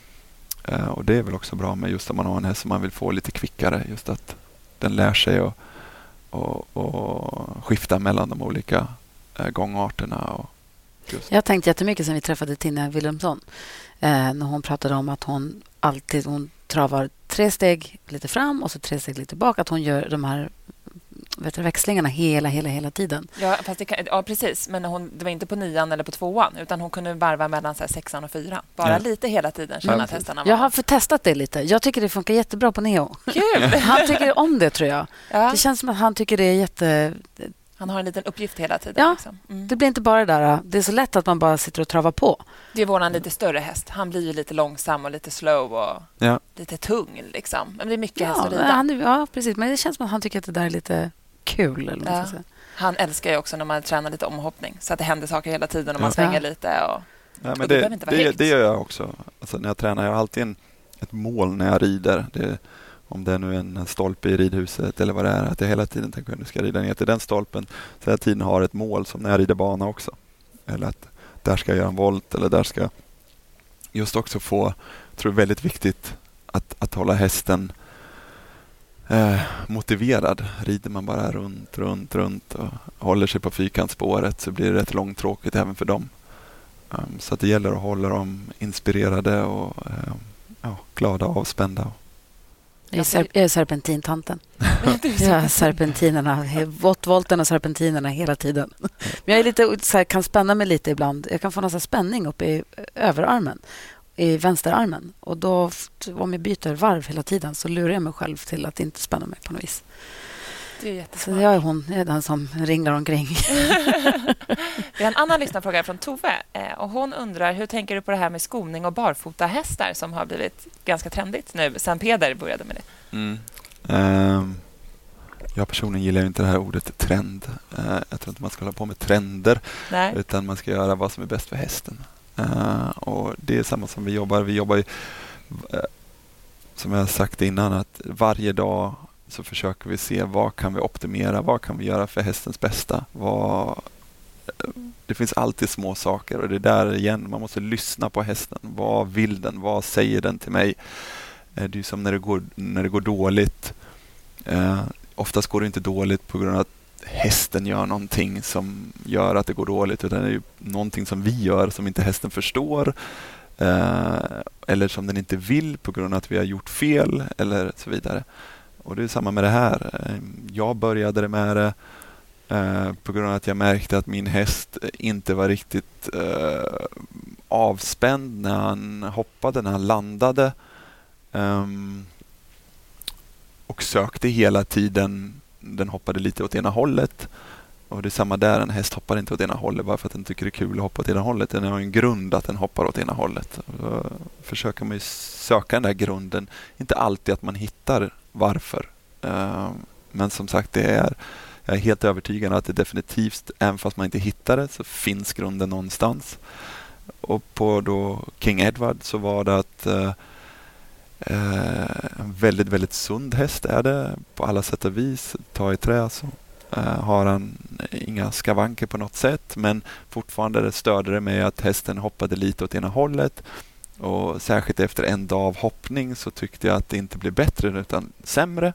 Uh, och det är väl också bra med just om man har en häst som man vill få lite kvickare, just att den lär sig och, och, och skifta mellan de olika uh, gångarterna. Och just. Jag har tänkt jättemycket sen vi träffade Tina Wilhelmsson uh, när hon pratade om att hon alltid hon travar tre steg lite fram och så tre steg lite bak, att hon gör de här vet du, växlingarna hela, hela, hela tiden. Ja, fast det kan, ja precis. Men hon, det var inte på nian eller på tvåan, utan hon kunde varva mellan så här, sexan och fyran. Bara ja. Lite hela tiden känna mm. att hästarna var... Jag har testat det lite. Jag tycker det funkar jättebra på Neo. Kul! Han tycker om det, tror jag. Ja. Det känns som att han tycker det är jätte... Han har en liten uppgift hela tiden. Ja, liksom. mm. det blir inte bara det där. Det är så lätt att man bara sitter och travar på. Det är våran lite större häst. Han blir ju lite långsam och lite slow och ja. lite tung. Liksom. Men det är mycket ja, häst att rida. Han, ja, precis. Men det känns som att han tycker att det där är lite kul. Eller ja. Han älskar ju också när man tränar lite omhoppning. Så att det händer saker hela tiden och man ja. svänger lite. Och, ja, men det, det, det, det gör jag också. Alltså, när jag tränar jag har alltid en, ett mål när jag rider. Det om det är nu en stolpe i ridhuset eller vad det är, att jag hela tiden tänker att nu ska jag rida ner till den stolpen. Så hela tiden har ett mål som när jag rider bana också. Eller att där ska jag göra en volt eller där ska jag just också få, jag tror det är väldigt viktigt att, att hålla hästen eh, motiverad. Rider man bara runt, runt, runt och håller sig på fyrkantsspåret så blir det rätt långtråkigt även för dem. Um, så att det gäller att hålla dem inspirerade och eh, ja, glada och avspända. Jag är, ser- jag är serpentintanten. Jag har serpentinerna, volten och serpentinerna hela tiden. Men jag är lite, så här, kan spänna mig lite ibland. Jag kan få någon sändning uppe i överarmen, i vänsterarmen. Och då, om jag byter varv hela tiden så lurar jag mig själv till att inte spänna mig på något vis. Det är jättesmart. Så jag är hon, jag är den som ringlar omkring. Vi har en annan lyssnarfråga från Tove. Och hon undrar, hur tänker du på det här med skoning och barfota hästar som har blivit ganska trendigt nu sen Peder började med det? Mm. Um, jag personligen gillar inte det här ordet trend. Uh, jag tror inte man ska hålla på med trender. Nej. Utan man ska göra vad som är bäst för hästen. Uh, och det är samma som vi jobbar. Vi jobbar ju, uh, som jag sagt innan, att varje dag så försöker vi se vad kan vi optimera, vad kan vi göra för hästens bästa. Vad, det finns alltid små saker och det är där igen, man måste lyssna på hästen. Vad vill den? Vad säger den till mig? Det är som när det går, när det går dåligt. Eh, oftast går det inte dåligt på grund av att hästen gör någonting som gör att det går dåligt, utan det är ju någonting som vi gör som inte hästen förstår eh, eller som den inte vill på grund av att vi har gjort fel eller så vidare. Och det är samma med det här. Jag började med det eh, på grund av att jag märkte att min häst inte var riktigt eh, avspänd när han hoppade, när han landade. Um, och sökte hela tiden. Den hoppade lite åt ena hållet. Och det är samma där. En häst hoppar inte åt ena hållet bara för att den tycker det är kul att hoppa åt ena hållet. Den har en grund att den hoppar åt ena hållet. Och då försöker man ju söka den där grunden. Inte alltid att man hittar varför. Um, men som sagt, det är, jag är helt övertygad att det definitivt, även fast man inte hittar det, så finns grunden någonstans. Och på då King Edward så var det att uh, en väldigt, väldigt sund häst är det på alla sätt och vis. Ta i trä så uh, har han inga skavanker på något sätt, men fortfarande störde det med att hästen hoppade lite åt ena hållet, och särskilt efter en dag av hoppning så tyckte jag att det inte blev bättre utan sämre.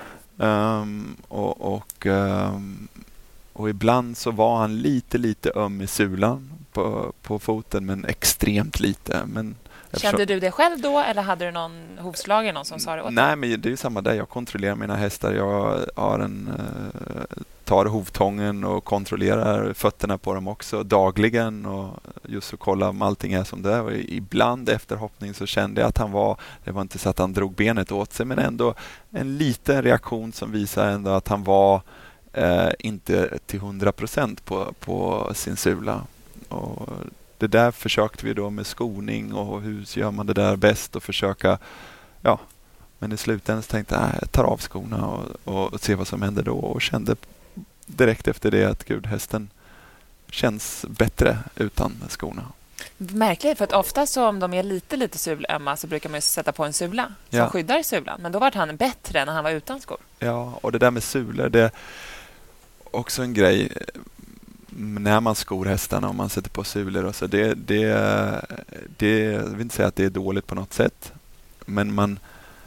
Um, och, och, um, och ibland så var han lite, lite öm i sulan på, på foten, men extremt lite. Men kände du det själv då, eller hade du någon hovslagare, någon som sa det åt dig? Nej, men det är ju samma där. Jag kontrollerar mina hästar. Jag har en, uh, tar hovtången och kontrollerar fötterna på dem också dagligen, och just att kolla om allting är som det är. Och ibland efter hoppning så kände jag att han var, det var inte så att han drog benet åt sig, men ändå en liten reaktion som visar ändå att han var uh, inte till hundra procent på, på sin sula. Och det där försökte vi då med skoning och hur gör man det där bäst och försöka, ja, men i slutändan tänkte jag, jag tar av skorna och, och ser vad som händer då, och kände direkt efter det att gud, hästen känns bättre utan skorna. Märkligt, för att ofta så om de är lite lite sulömma så brukar man sätta på en sula som ja. skyddar sulan, men då var han bättre när han var utan skor. Ja, och det där med sulor, det är också en grej. När man skor hästarna och man sätter på sulor och så, det, det, det, jag vill inte säga att det är dåligt på något sätt, men man,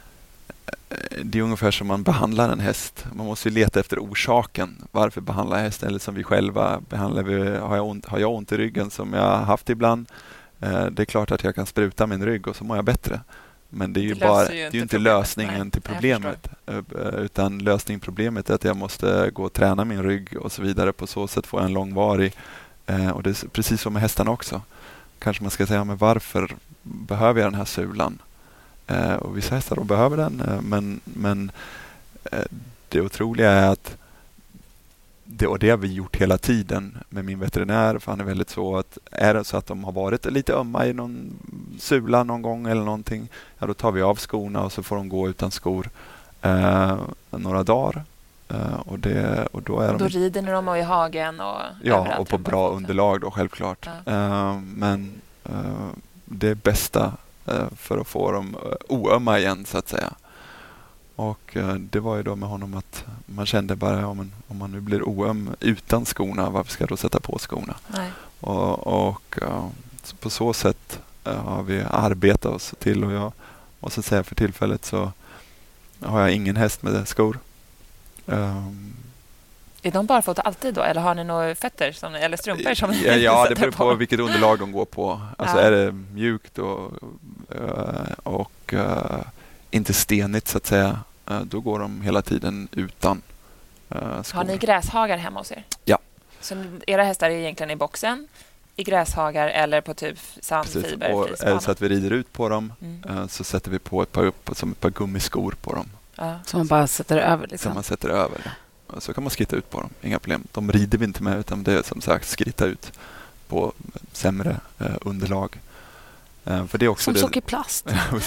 det är ungefär som man behandlar en häst. Man måste ju leta efter orsaken. Varför behandlar hästen? Eller som vi själva behandlar vi, har, jag ont, har jag ont i ryggen som jag har haft ibland, det är klart att jag kan spruta min rygg och så mår jag bättre. Men det är ju, det bara, ju det är ju inte problemet. lösningen Nej, till problemet. Utan lösningen problemet är att jag måste gå och träna min rygg och så vidare. På så sätt får jag en långvarig. Eh, och det är precis som med hästarna också. Kanske man ska säga, men varför behöver jag den här sulan? Eh, och vissa hästar då behöver den. Eh, men men eh, det otroliga är att det, och det har vi gjort hela tiden med min veterinär, för han är väldigt så att är det så att de har varit lite ömma i någon sula någon gång eller någonting, ja, då tar vi av skorna och så får de gå utan skor eh, några dagar. Eh, och, det, och då är och de... Då rider ni dem i hagen och ja, och på bra underlag då, självklart. Ja. Eh, men eh, det är bästa eh, för att få dem oömma igen, så att säga. Och eh, det var ju då med honom att man kände bara, ja, men om man nu blir oöm utan skorna, varför ska jag då sätta på skorna? Nej. Och, och uh, så på så sätt uh, har vi arbetat oss till, och jag måste säga för tillfället så har jag ingen häst med skor. Um, är de barfota alltid då? Eller har ni några fötter som, eller strumpor som ja, ja, det beror på, på vilket underlag de går på. Alltså ja. Är det mjukt och, uh, och uh, inte stenigt så att säga, uh, då går de hela tiden utan uh, skor. Har ni gräshagar hemma hos er? Ja. Så era hästar är egentligen i boxen, i gräshagar eller på typ sandfiber? Och är det så att vi rider ut på dem mm. uh, så sätter vi på ett par, som ett par gummiskor på dem. Ja. Som man bara sätter över? Liksom. Som man sätter över. Så kan man skritta ut på dem, inga problem. De rider vi inte med, utan det är som sagt skritta ut på sämre uh, underlag. Uh, för det är också som det, sockerplast.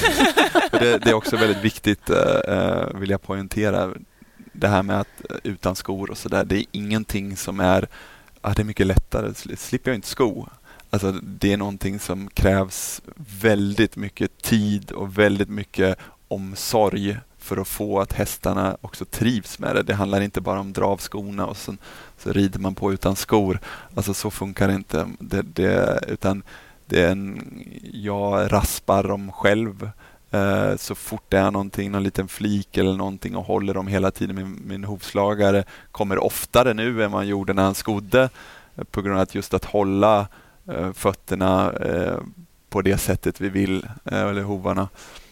det, det är också väldigt viktigt, uh, vill jag poängtera, det här med att utan skor och så där, det är ingenting som är, ah, det är mycket lättare, slipper jag inte sko. Alltså det är någonting som krävs väldigt mycket tid och väldigt mycket omsorg för att få att hästarna också trivs med det. Det handlar inte bara om att dra av skorna och sen så rider man på utan skor. Alltså så funkar det inte. Det, det, utan det är en, jag raspar dem själv Eh, så fort det är någonting, någon liten flik eller någonting och håller dem hela tiden. Min, min hovslagare kommer oftare nu än man gjorde när han skodde eh, på grund av att just att hålla eh, fötterna eh, på det sättet vi vill, eh, eller hovarna.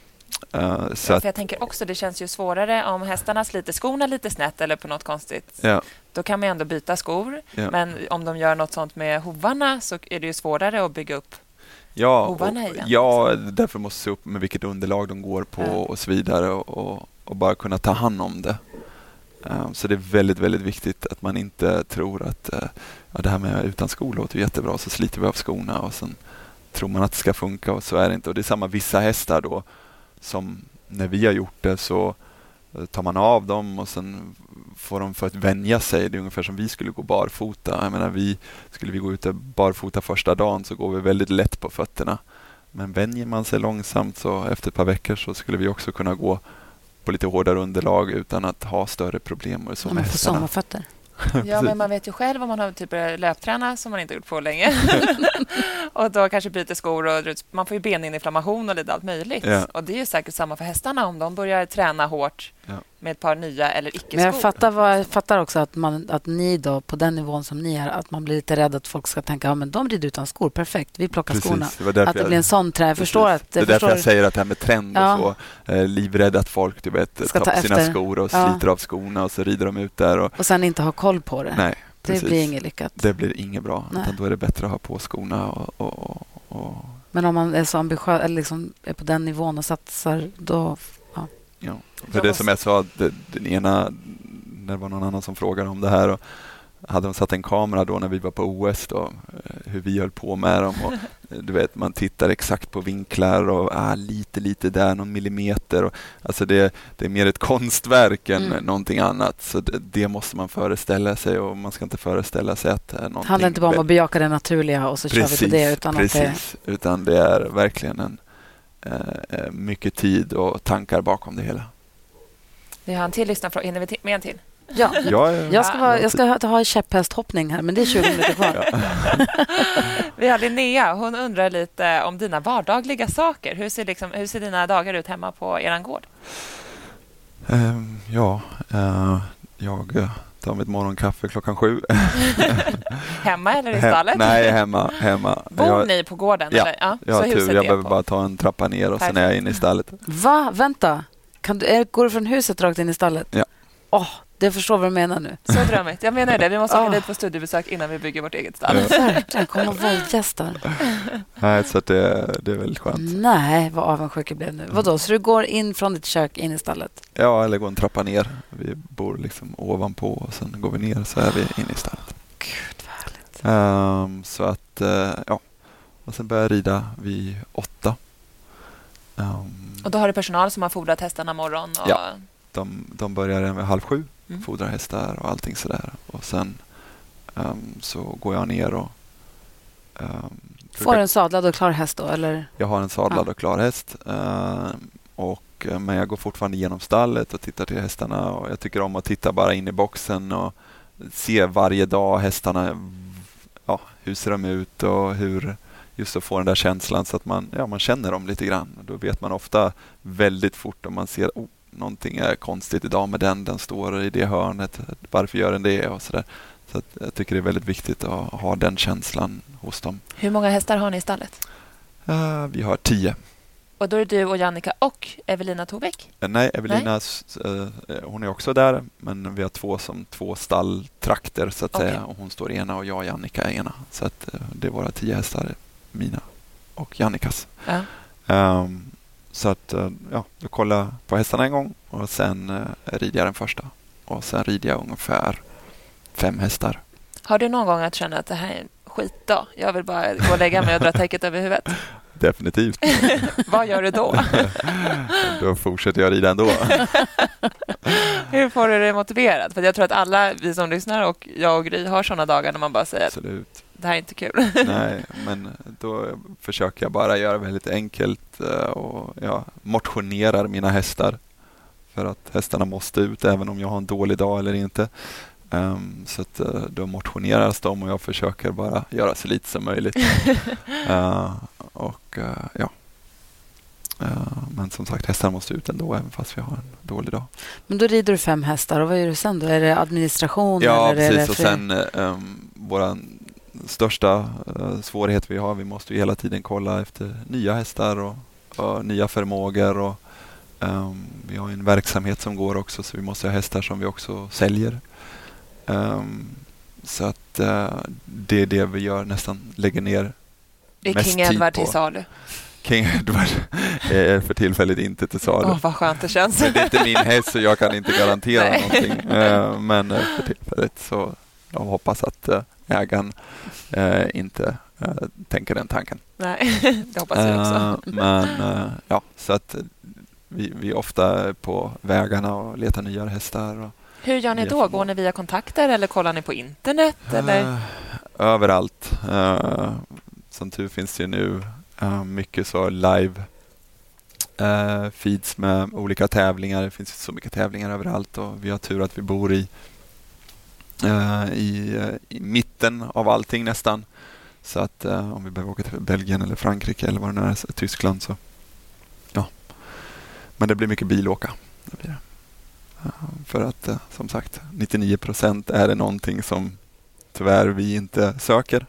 Uh, så ja, att, för jag tänker också, det känns ju svårare om hästarna sliter skorna lite snett eller på något konstigt. Ja. Då kan man ändå byta skor. Ja. Men om de gör något sånt med hovarna så är det ju svårare att bygga upp ja, hovarna och, igen. Ja, därför måste se upp med vilket underlag de går på ja. och så vidare och, och, och bara kunna ta hand om det. Um, så det är väldigt, väldigt viktigt att man inte tror att uh, ja, det här med utan skor låter jättebra, så sliter vi av skorna och sen tror man att det ska funka och så är det inte. Och det är samma vissa hästar då som när vi har gjort det så tar man av dem och sen får de för att vänja sig. Det är ungefär som vi skulle gå barfota. Jag menar, vi, skulle vi gå ut barfota första dagen så går vi väldigt lätt på fötterna. Men vänjer man sig långsamt så efter ett par veckor så skulle vi också kunna gå på lite hårdare underlag utan att ha större problem. Och så man får sommarfötter. Ja, men man vet ju själv om man har typ löpträna som man inte gjort på länge. Och då kanske byter skor och man får ju beninflammation och lite allt möjligt. Ja. Och det är ju säkert samma för hästarna om de börjar träna hårt ja. med ett par nya eller icke-skor. Men jag fattar, vad, jag fattar också att, man, att ni då på den nivån som ni är, att man blir lite rädd att folk ska tänka, ja men de rider utan skor, perfekt, vi plockar precis, skorna. Det att det blir en sån trä. Jag förstår att, det är förstår... därför jag säger att det här med trend ja. och så, eh, livrädd att folk du vet, tar på sina efter. skor och sliter ja. av skorna och så rider de ut där. Och, och sen inte ha koll på det. Nej. Det Precis. blir inget lyckat. Det blir inget bra. Utan då är det bättre att ha på skorna. Och, och, och... Men om man är så ambitiös eller liksom är på den nivån och satsar, då... Ja. Ja. För det som jag sa, det, den ena, det var någon annan som frågade om det här. Och hade de satt en kamera då när vi var på O S då, hur vi höll på med dem. Och, du vet, man tittar exakt på vinklar och ah, lite, lite där, någon millimeter. Och, alltså det, det är mer ett konstverk än mm. någonting annat. Så det, det måste man föreställa sig och man ska inte föreställa sig att det är någonting... Det handlar inte bara om att bejaka det naturliga och så precis, kör vi på det. Utan precis, att det... utan det är verkligen en, eh, mycket tid och tankar bakom det hela. Vi har en till lyssnarfråga. Hinner vi med en till? Ja, ja, ja. Jag ska, vara, jag ska ha, ha käpphästhoppning här, men det är tjugo minuter kvar. Ja. Vi har Linnea. Hon undrar lite om dina vardagliga saker. Hur ser, liksom, hur ser dina dagar ut hemma på er gård? Um, ja, uh, jag tar mitt morgonkaffe klockan sju. Hemma eller i stallet? Hem, nej, hemma. hemma. Bor jag, ni på gården? Ja, eller? Ja, jag har tur. Jag behöver på. bara ta en trappa ner och Perfekt. Sen är jag inne i stallet. Va? Vänta. Kan du, är, går du från huset rakt in i stallet? Ja. Åh, oh, det förstår vad du menar nu. Så drömmigt. Jag menar det. Vi måste åka oh. dit på studiebesök innan vi bygger vårt eget stall. Verkligen. Kommer att vara gäster. Nej, så det, det är väldigt skönt. Nej, vad avundsjuk jag blev nu. Vadå? Så du går in från ditt kök in i stallet? Ja, eller går en trappa ner. Vi bor liksom ovanpå och sen går vi ner så är vi inne i stallet. Gud, vad härligt. Um, så att, uh, ja. Och sen börjar jag rida vid åtta. Um, och då har du personal som har fodrat hästarna morgon? Och... Ja. De, de börjar med halv sju, mm. fodrar hästar och allting sådär. Och sen um, så går jag ner och... Um, Får du en sadlad och klar häst då? Eller? Jag har en sadlad ja. och klar häst. Uh, och, men jag går fortfarande genom stallet och tittar till hästarna. Och jag tycker om att titta bara in i boxen och se varje dag hästarna. Ja, hur ser de ut och hur... Just att få den där känslan så att man, ja, man känner dem lite grann. Då vet man ofta väldigt fort om man ser... Oh, någonting är konstigt idag med den. Den står i det hörnet. Varför gör den det? Och så där. Så att jag tycker det är väldigt viktigt att ha den känslan hos dem. Hur många hästar har ni i stallet? Uh, vi har tio. Och då är det du och Jannica och Evelina Tobäck? Uh, nej, Evelina uh, hon är också där. Men vi har två som två stalltrakter så att okay. säga. Och hon står ena och jag och Jannica är ena. Så att uh, det är våra tio hästar. Mina och Jannicas. Uh. Um, Så att, ja, jag kollar på hästarna en gång och sen eh, rider jag den första. Och sen rider jag ungefär fem hästar. Har du någon gång att känna att det här är en skitdag? Jag vill bara gå och lägga mig och dra täcket över huvudet. Definitivt. Vad gör du då? Då fortsätter jag rida ändå. Hur får du det motiverat? För jag tror att alla vi som lyssnar och jag och Gry har sådana dagar när man bara säger Absolut. att det här är inte kul. Nej, men då försöker jag bara göra väldigt enkelt och ja, motionerar mina hästar. För att hästarna måste ut även om jag har en dålig dag eller inte. Um, så att, uh, då motioneras de och jag försöker bara göra så lite som möjligt. uh, och uh, ja. Men som sagt, hästarna måste ut ändå även fast vi har en dålig dag. Men då rider du fem hästar och vad gör du sen då? Är det administration? Ja, eller precis. Är det och sen um, vår största uh, svårighet vi har, vi måste ju hela tiden kolla efter nya hästar och, och nya förmågor. Och, um, vi har en verksamhet som går också, så vi måste ha hästar som vi också säljer. Um, så att uh, det är det vi gör, nästan lägger ner är mest King tid Edward på. till salu? King Edward är för tillfället inte till salu. Åh, vad skönt det känns. Men det är inte min häst så jag kan inte garantera någonting. Uh, men uh, för tillfället så jag hoppas att uh, ägaren uh, inte uh, tänker den tanken. Nej, det hoppas jag också. Uh, men uh, ja, så att vi, vi ofta är på vägarna och letar nya hästar. Och hur gör ni då? Går ni via kontakter eller kollar ni på internet? Eller? Uh, överallt. Uh, som tur finns det ju nu uh, mycket så live uh, feeds med olika tävlingar. Det finns så mycket tävlingar överallt och vi har tur att vi bor i, uh, i, uh, i mitten av allting nästan. Så att uh, om vi behöver åka till Belgien eller Frankrike eller vad det nu är, Tyskland så ja. Men det blir mycket bilåka. Det blir det. För att som sagt nittionio procent är det någonting som tyvärr vi inte söker.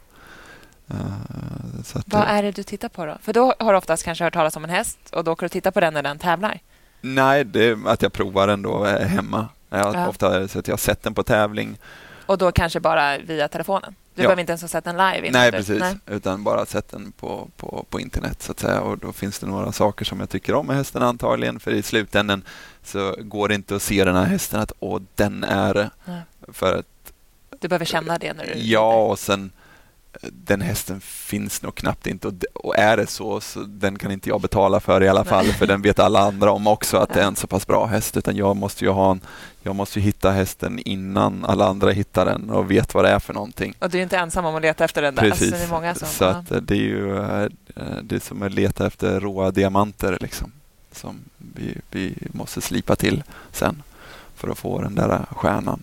Så att, vad är det du tittar på då? För då har du oftast kanske hört talas om en häst och då kan du titta på den när den tävlar. Nej, det är att jag provar den då hemma. Jag, ja. Ofta är det så att jag har sett den på tävling. Och då kanske bara via telefonen? Du ja. behöver inte ens ha sett den live? Nej, precis. Nej. Utan bara sett den på, på, på internet så att säga. Och då finns det några saker som jag tycker om med hästen antagligen. För i slutändan så går det inte att se den här hästen att åh, den är det. För att du behöver känna det när du... Ja, och sen den hästen finns nog knappt inte. Och, och är det så, så den kan inte jag betala för i alla fall. Nej. För den vet alla andra om också att ja. det är en så pass bra häst. Utan jag måste ju ha en, jag måste ju hitta hästen innan alla andra hittar den och vet vad det är för någonting. Och du är inte ensam om att leta efter den där. Precis. Alltså, det är många som, så ja. att det är ju det är som att leta efter råa diamanter liksom. Som vi, vi måste slipa till sen för att få den där stjärnan.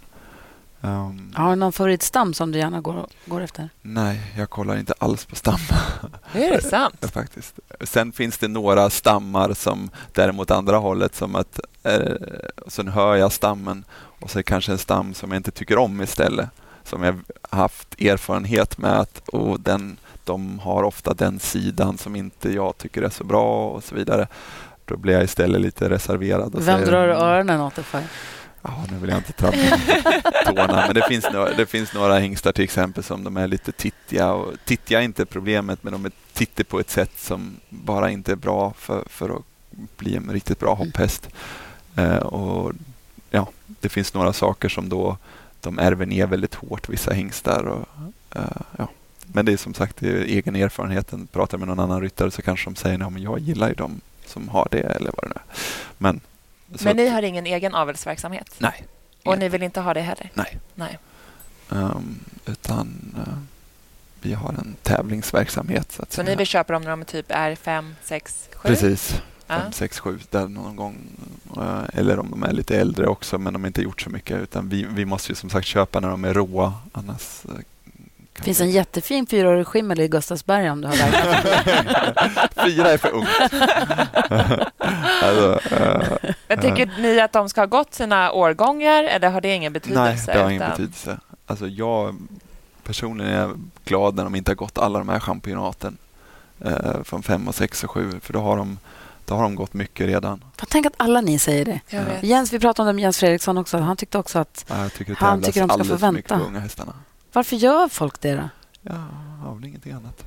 Um, har du någon favoritstam som du gärna går, går efter? Nej, jag kollar inte alls på stam. Är det sant? Faktiskt. Sen finns det några stammar som däremot andra hållet som att eh, sen hör jag stammen och så är det kanske en stam som jag inte tycker om istället. Som jag haft erfarenhet med att oh, den, de har ofta den sidan som inte jag tycker är så bra och så vidare. Då blir jag istället lite reserverad. Och Vem säger, drar öronen åt det för? Ja, nu vill jag inte trampa tårna, men det finns, några, det finns några hingstar till exempel som de är lite tittiga. Och tittiga är inte problemet, men de är tittiga på ett sätt som bara inte är bra för, för att bli en riktigt bra hopphäst. Eh, och ja, det finns några saker som då de ärver ner väldigt hårt, vissa hingstar. Och, eh, ja. Men det är som sagt det är egen erfarenheten. Pratar med någon annan ryttare så kanske de säger att jag gillar ju de som har det eller vad det nu är. Men Men ni har ingen egen avelsverksamhet? Nej. Och igen. Ni vill inte ha det heller? Nej. Nej. Um, utan uh, vi har en tävlingsverksamhet. Så, att så ni vill köpa dem när de typ är fem, sex, sju? Precis. Ja. fem, sex, sju där någon gång. Uh, eller om de är lite äldre också men de har inte gjort så mycket. Utan vi, vi måste ju som sagt köpa när de är råa. Annars... Uh, det finns en jättefin fyraårig skimmel i Gustavsberg om du har verkat. Fyra är för ungt. alltså, uh, Men tycker uh, ni att de ska ha gått sina årgångar eller har det ingen betydelse? Nej, det har ingen utan... betydelse. Alltså jag personligen är glad när de inte har gått alla de här championaten uh, från fem och sex och sju för då har de, då har de gått mycket redan. Jag tänker att alla ni säger det. Uh, Jens, vi pratade om det med Jens Fredriksson också. Han tyckte också att ja, tycker han tycker de ska få vänta. Mycket på unga hästarna. Varför gör folk det då? Ja, har väl ingenting annat.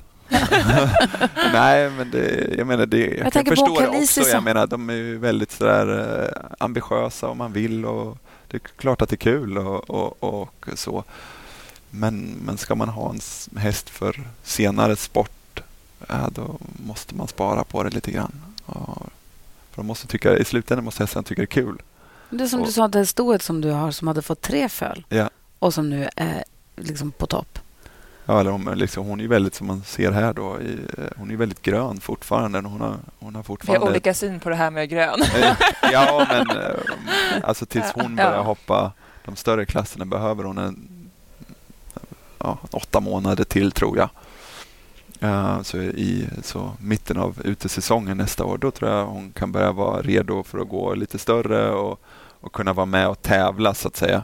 Nej, men det, jag menar det, jag, jag kan förstå det också. Så... Jag menar, de är ju väldigt sådär eh, ambitiösa om man vill och det är klart att det är kul och, och, och så. Men, men ska man ha en häst för senare sport, ja, då måste man spara på det lite grann. Och, för de måste tycka, i slutändan måste hästen tycka det är kul. Det är som och, du sa, det stoet som du har som hade fått tre föl ja. och som nu är liksom på topp. Ja, eller om, liksom, hon är väldigt, som man ser här då, i, hon är väldigt grön fortfarande. Hon har, hon har fortfarande... Vi har olika syn på det här med grön. ja, men alltså tills hon börjar ja. hoppa de större klasserna behöver hon en, ja, åtta månader till tror jag. Uh, så i så mitten av utesäsongen nästa år, då tror jag hon kan börja vara redo för att gå lite större och, och kunna vara med och tävla så att säga.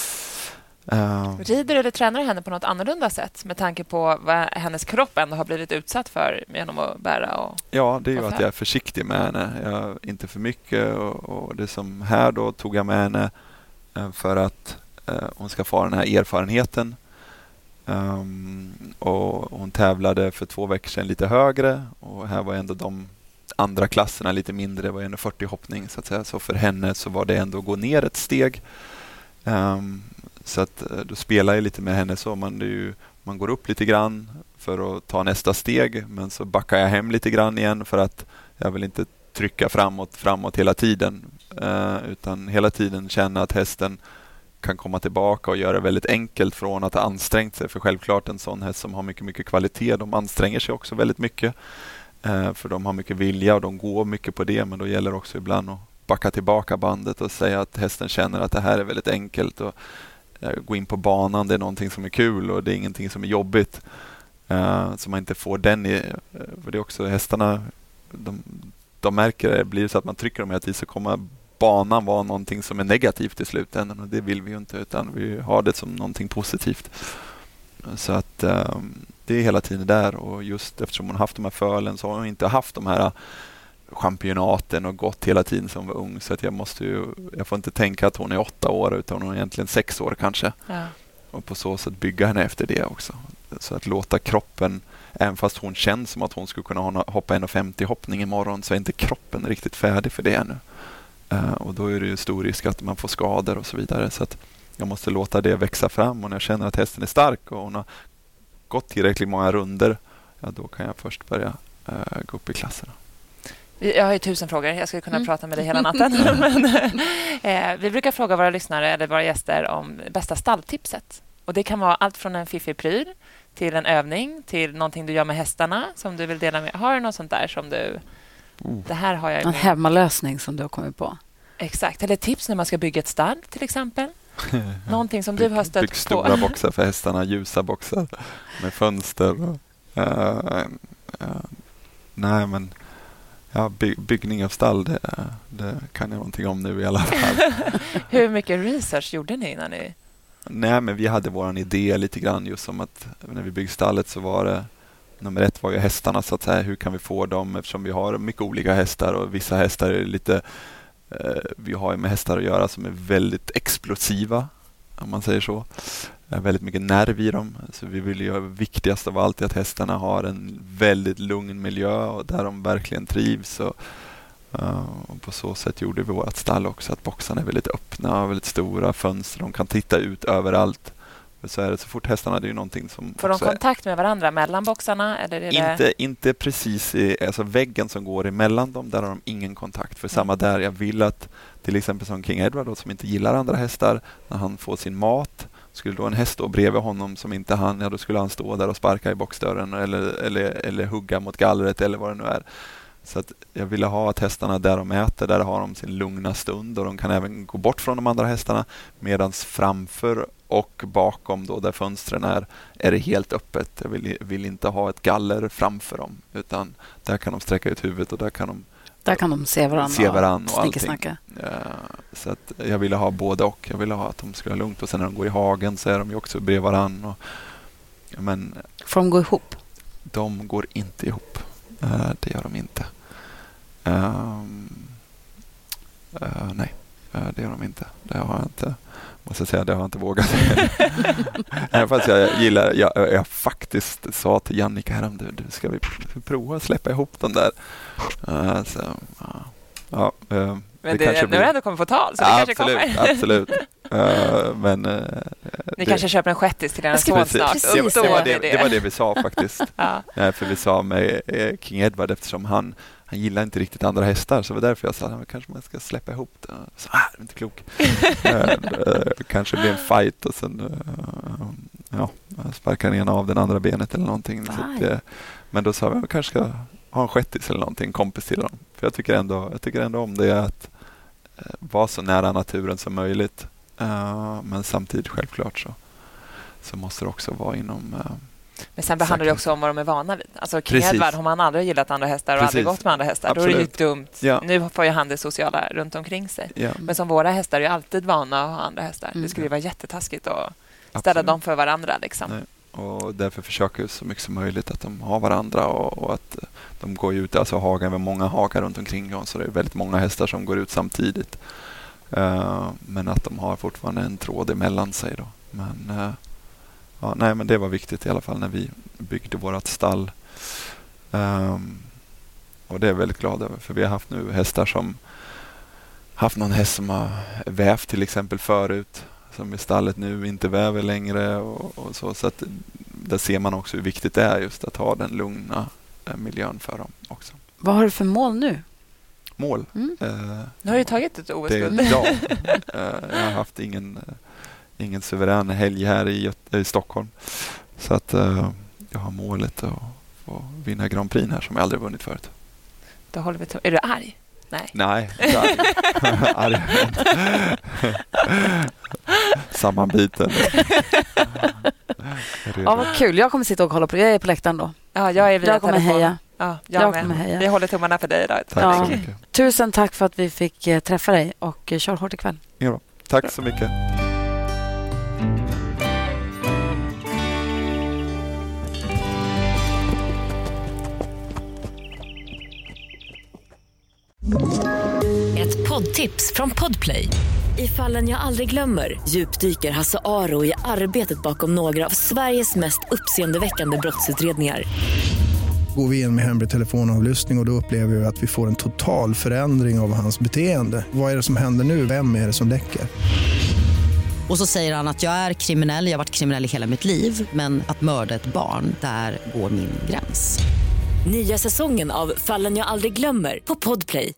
Uh, Rider eller tränar henne på något annorlunda sätt med tanke på vad hennes kropp ändå har blivit utsatt för genom att bära och Ja, det är ju att jag är försiktig med henne. Jag, inte för mycket och, och det som här då tog jag med henne uh, för att uh, hon ska få den här erfarenheten. Um, och hon tävlade för två veckor sedan lite högre och här var ändå de andra klasserna lite mindre, det var en fyrtio hoppning så att säga, så för henne så var det ändå att gå ner ett steg. Um, så att då spelar jag lite med henne så man, det är ju, man går upp lite grann för att ta nästa steg, men så backar jag hem lite grann igen för att jag vill inte trycka framåt framåt hela tiden uh, utan hela tiden känna att hästen kan komma tillbaka och göra det väldigt enkelt från att ha ansträngt sig. För självklart en sån häst som har mycket, mycket kvalitet, de anstränger sig också väldigt mycket. Eh, för de har mycket vilja och de går mycket på det. Men då gäller det också ibland att backa tillbaka bandet och säga att hästen känner att det här är väldigt enkelt. Och eh, gå in på banan, det är någonting som är kul och det är ingenting som är jobbigt. Eh, så man inte får den i... För det är också hästarna, de, de märker det. Blir det så att man trycker dem hela tiden så kommer banan var någonting som är negativt i slutändan och det vill vi ju inte utan vi har det som någonting positivt. Så att um, det är hela tiden där och just eftersom hon haft de här fölen så har hon inte haft de här championaten och gått hela tiden som var ung så att jag måste ju, jag får inte tänka att hon är åtta år utan hon är egentligen sex år kanske. Ja. Och på så sätt bygga henne efter det också. Så att låta kroppen, även fast hon känns som att hon skulle kunna hoppa en femtio hoppning imorgon så är inte kroppen riktigt färdig för det ännu. Uh, och då är det ju stor risk att man får skador och så vidare. Så att jag måste låta det växa fram och när jag känner att hästen är stark och hon har gått tillräckligt många runder, ja, då kan jag först börja uh, gå upp i klasserna. Jag har ju tusen frågor. Jag skulle kunna mm. prata med dig hela natten. Men, eh, vi brukar fråga våra lyssnare eller våra gäster om bästa stalltipset. Och det kan vara allt från en fiffig pryl till en övning till någonting du gör med hästarna som du vill dela med. Har du något sånt där som du... Oh. Det här har jag en hemmalösning som du har kommit på. Exakt. Eller tips när man ska bygga ett stall till exempel. Någonting som du har stött Bygg på. stora boxar för hästarna, ljusa boxar med fönster. Och, uh, uh, nej, men ja, by- byggning av stall, det, det kan jag någonting om nu i alla fall. Hur mycket research gjorde ni innan ni... Nej, men vi hade våran idé lite grann just som att när vi byggde stallet så var det nummer ett var ju hästarna så att säga. Hur kan vi få dem eftersom vi har mycket olika hästar och vissa hästar är lite eh, vi har ju med hästar att göra som är väldigt explosiva om man säger så. Det är väldigt mycket nerv i dem så vi vill ju viktigast av allt är att hästarna har en väldigt lugn miljö och där de verkligen trivs och, uh, och på så sätt gjorde vi vårt stall också att boxarna är väldigt öppna, väldigt stora fönster, de kan titta ut överallt. Så är det så fort hästarna, det är ju någonting som... Får de kontakt med varandra mellan boxarna? Eller är det... inte, inte precis i alltså väggen som går emellan dem, där har de ingen kontakt. För mm. samma där, jag vill att till exempel som King Edward då, som inte gillar andra hästar, när han får sin mat, skulle då en häst stå bredvid honom som inte han, ja då skulle han stå där och sparka i boxdörren eller, eller, eller hugga mot gallret eller vad det nu är. Så att jag ville ha att hästarna där de äter, där har de sin lugna stund och de kan även gå bort från de andra hästarna medans framför och bakom då där fönstren är, är det helt öppet. Jag vill, vill inte ha ett galler framför dem utan där kan de sträcka ut huvudet och där kan de där kan de se varandra, se varandra och, och allting. Ja, så att jag ville ha både och. Jag ville ha att de skulle ha lugnt och sen när de går i hagen så är de ju också bredvid varandra. Och, men, får de gå ihop? De går inte ihop. Uh, det gör de inte. Um, uh, nej, uh, det gör de inte. Det har jag inte. Måste jag säga, det har jag inte vågat. Även fast jag gillar, jag, jag faktiskt sa till Jannica här om du, du ska vi prova att släppa ihop den där. Uh, så, uh, ja, uh, men det, det kanske blir... Nu är det kommer få tal, så det absolut, kanske kommer. Absolut. Uh, men, uh, Ni det... kanske köper en shettis till en son snart. Precis, det, det, var det, det var det vi sa faktiskt. Ja. Uh, för vi sa med uh, King Edward eftersom han Han gillar inte riktigt andra hästar så det var därför jag sa att kanske man ska släppa ihop det. Så, ah, det är inte klok. uh, uh, kanske blir en fight och sen uh, ja, sparkar den ena av den andra benet eller någonting. Så att, uh, men då sa vi att vi kanske ska ha en shettis eller någonting, en kompis till dem. För jag tycker ändå, jag tycker ändå om det att uh, vara så nära naturen som möjligt. Uh, men samtidigt självklart så, så måste det också vara inom uh, Men sen behandlar det också om vad de är vana vid. Alltså King Edward, om han aldrig gillat andra hästar och Precis. aldrig gått med andra hästar, Absolut. då är det ju dumt. Ja. Nu får ju han det sociala runt omkring sig. Ja. Men som våra hästar är ju alltid vana att ha andra hästar. Mm. Det skulle ju vara jättetaskigt att ställa Absolut. dem för varandra. Liksom. Nej. Och därför försöker vi så mycket som möjligt att de har varandra och, och att de går ut, alltså hagar med många hagar runt omkring oss, så det är väldigt många hästar som går ut samtidigt. Uh, men att de har fortfarande en tråd emellan sig då. Men, uh, ja, nej, men det var viktigt i alla fall när vi byggde vårt stall. Um, och det är jag väldigt glad över, för vi har haft nu hästar som haft någon häst som har vävt till exempel förut, som i stallet nu inte väver längre och, och så. Så att där ser man också hur viktigt det är just att ha den lugna eh, miljön för dem också. Vad har du för mål nu? Mål? Mm. Eh, nu har du tagit ett O S-guld. Ja, eh, jag har haft ingen, eh, ingen suverän helg här i, i Stockholm. Så att eh, jag har målet att, att vinna Grand Prix här som jag aldrig vunnit förut. Då håller vi till. Är du arg? Nej. Nej, arg. Sammanbiten. Ja, vad kul. Jag kommer sitta och kolla på det. Jag är på läktaren då. Ja, jag är via Jag kommer telefon. heja. Ja, jag, jag kommer heja. Vi håller tummarna för dig då. Tack ja. så mycket. Tusen tack för att vi fick eh, träffa dig och eh, kör hårt ikväll. Ja, tack så mycket. Ett poddtips från Podplay. I Fallen jag aldrig glömmer djupdyker Hasse Aro i arbetet bakom några av Sveriges mest uppseendeväckande brottsutredningar. Går vi in med hemlig telefonavlyssning och då upplever vi att vi får en total förändring av hans beteende. Vad är det som händer nu? Vem är det som läcker? Och så säger han att jag är kriminell, jag har varit kriminell i hela mitt liv, men att mörda ett barn, där går min gräns. Nya säsongen av Fallen jag aldrig glömmer på Podplay.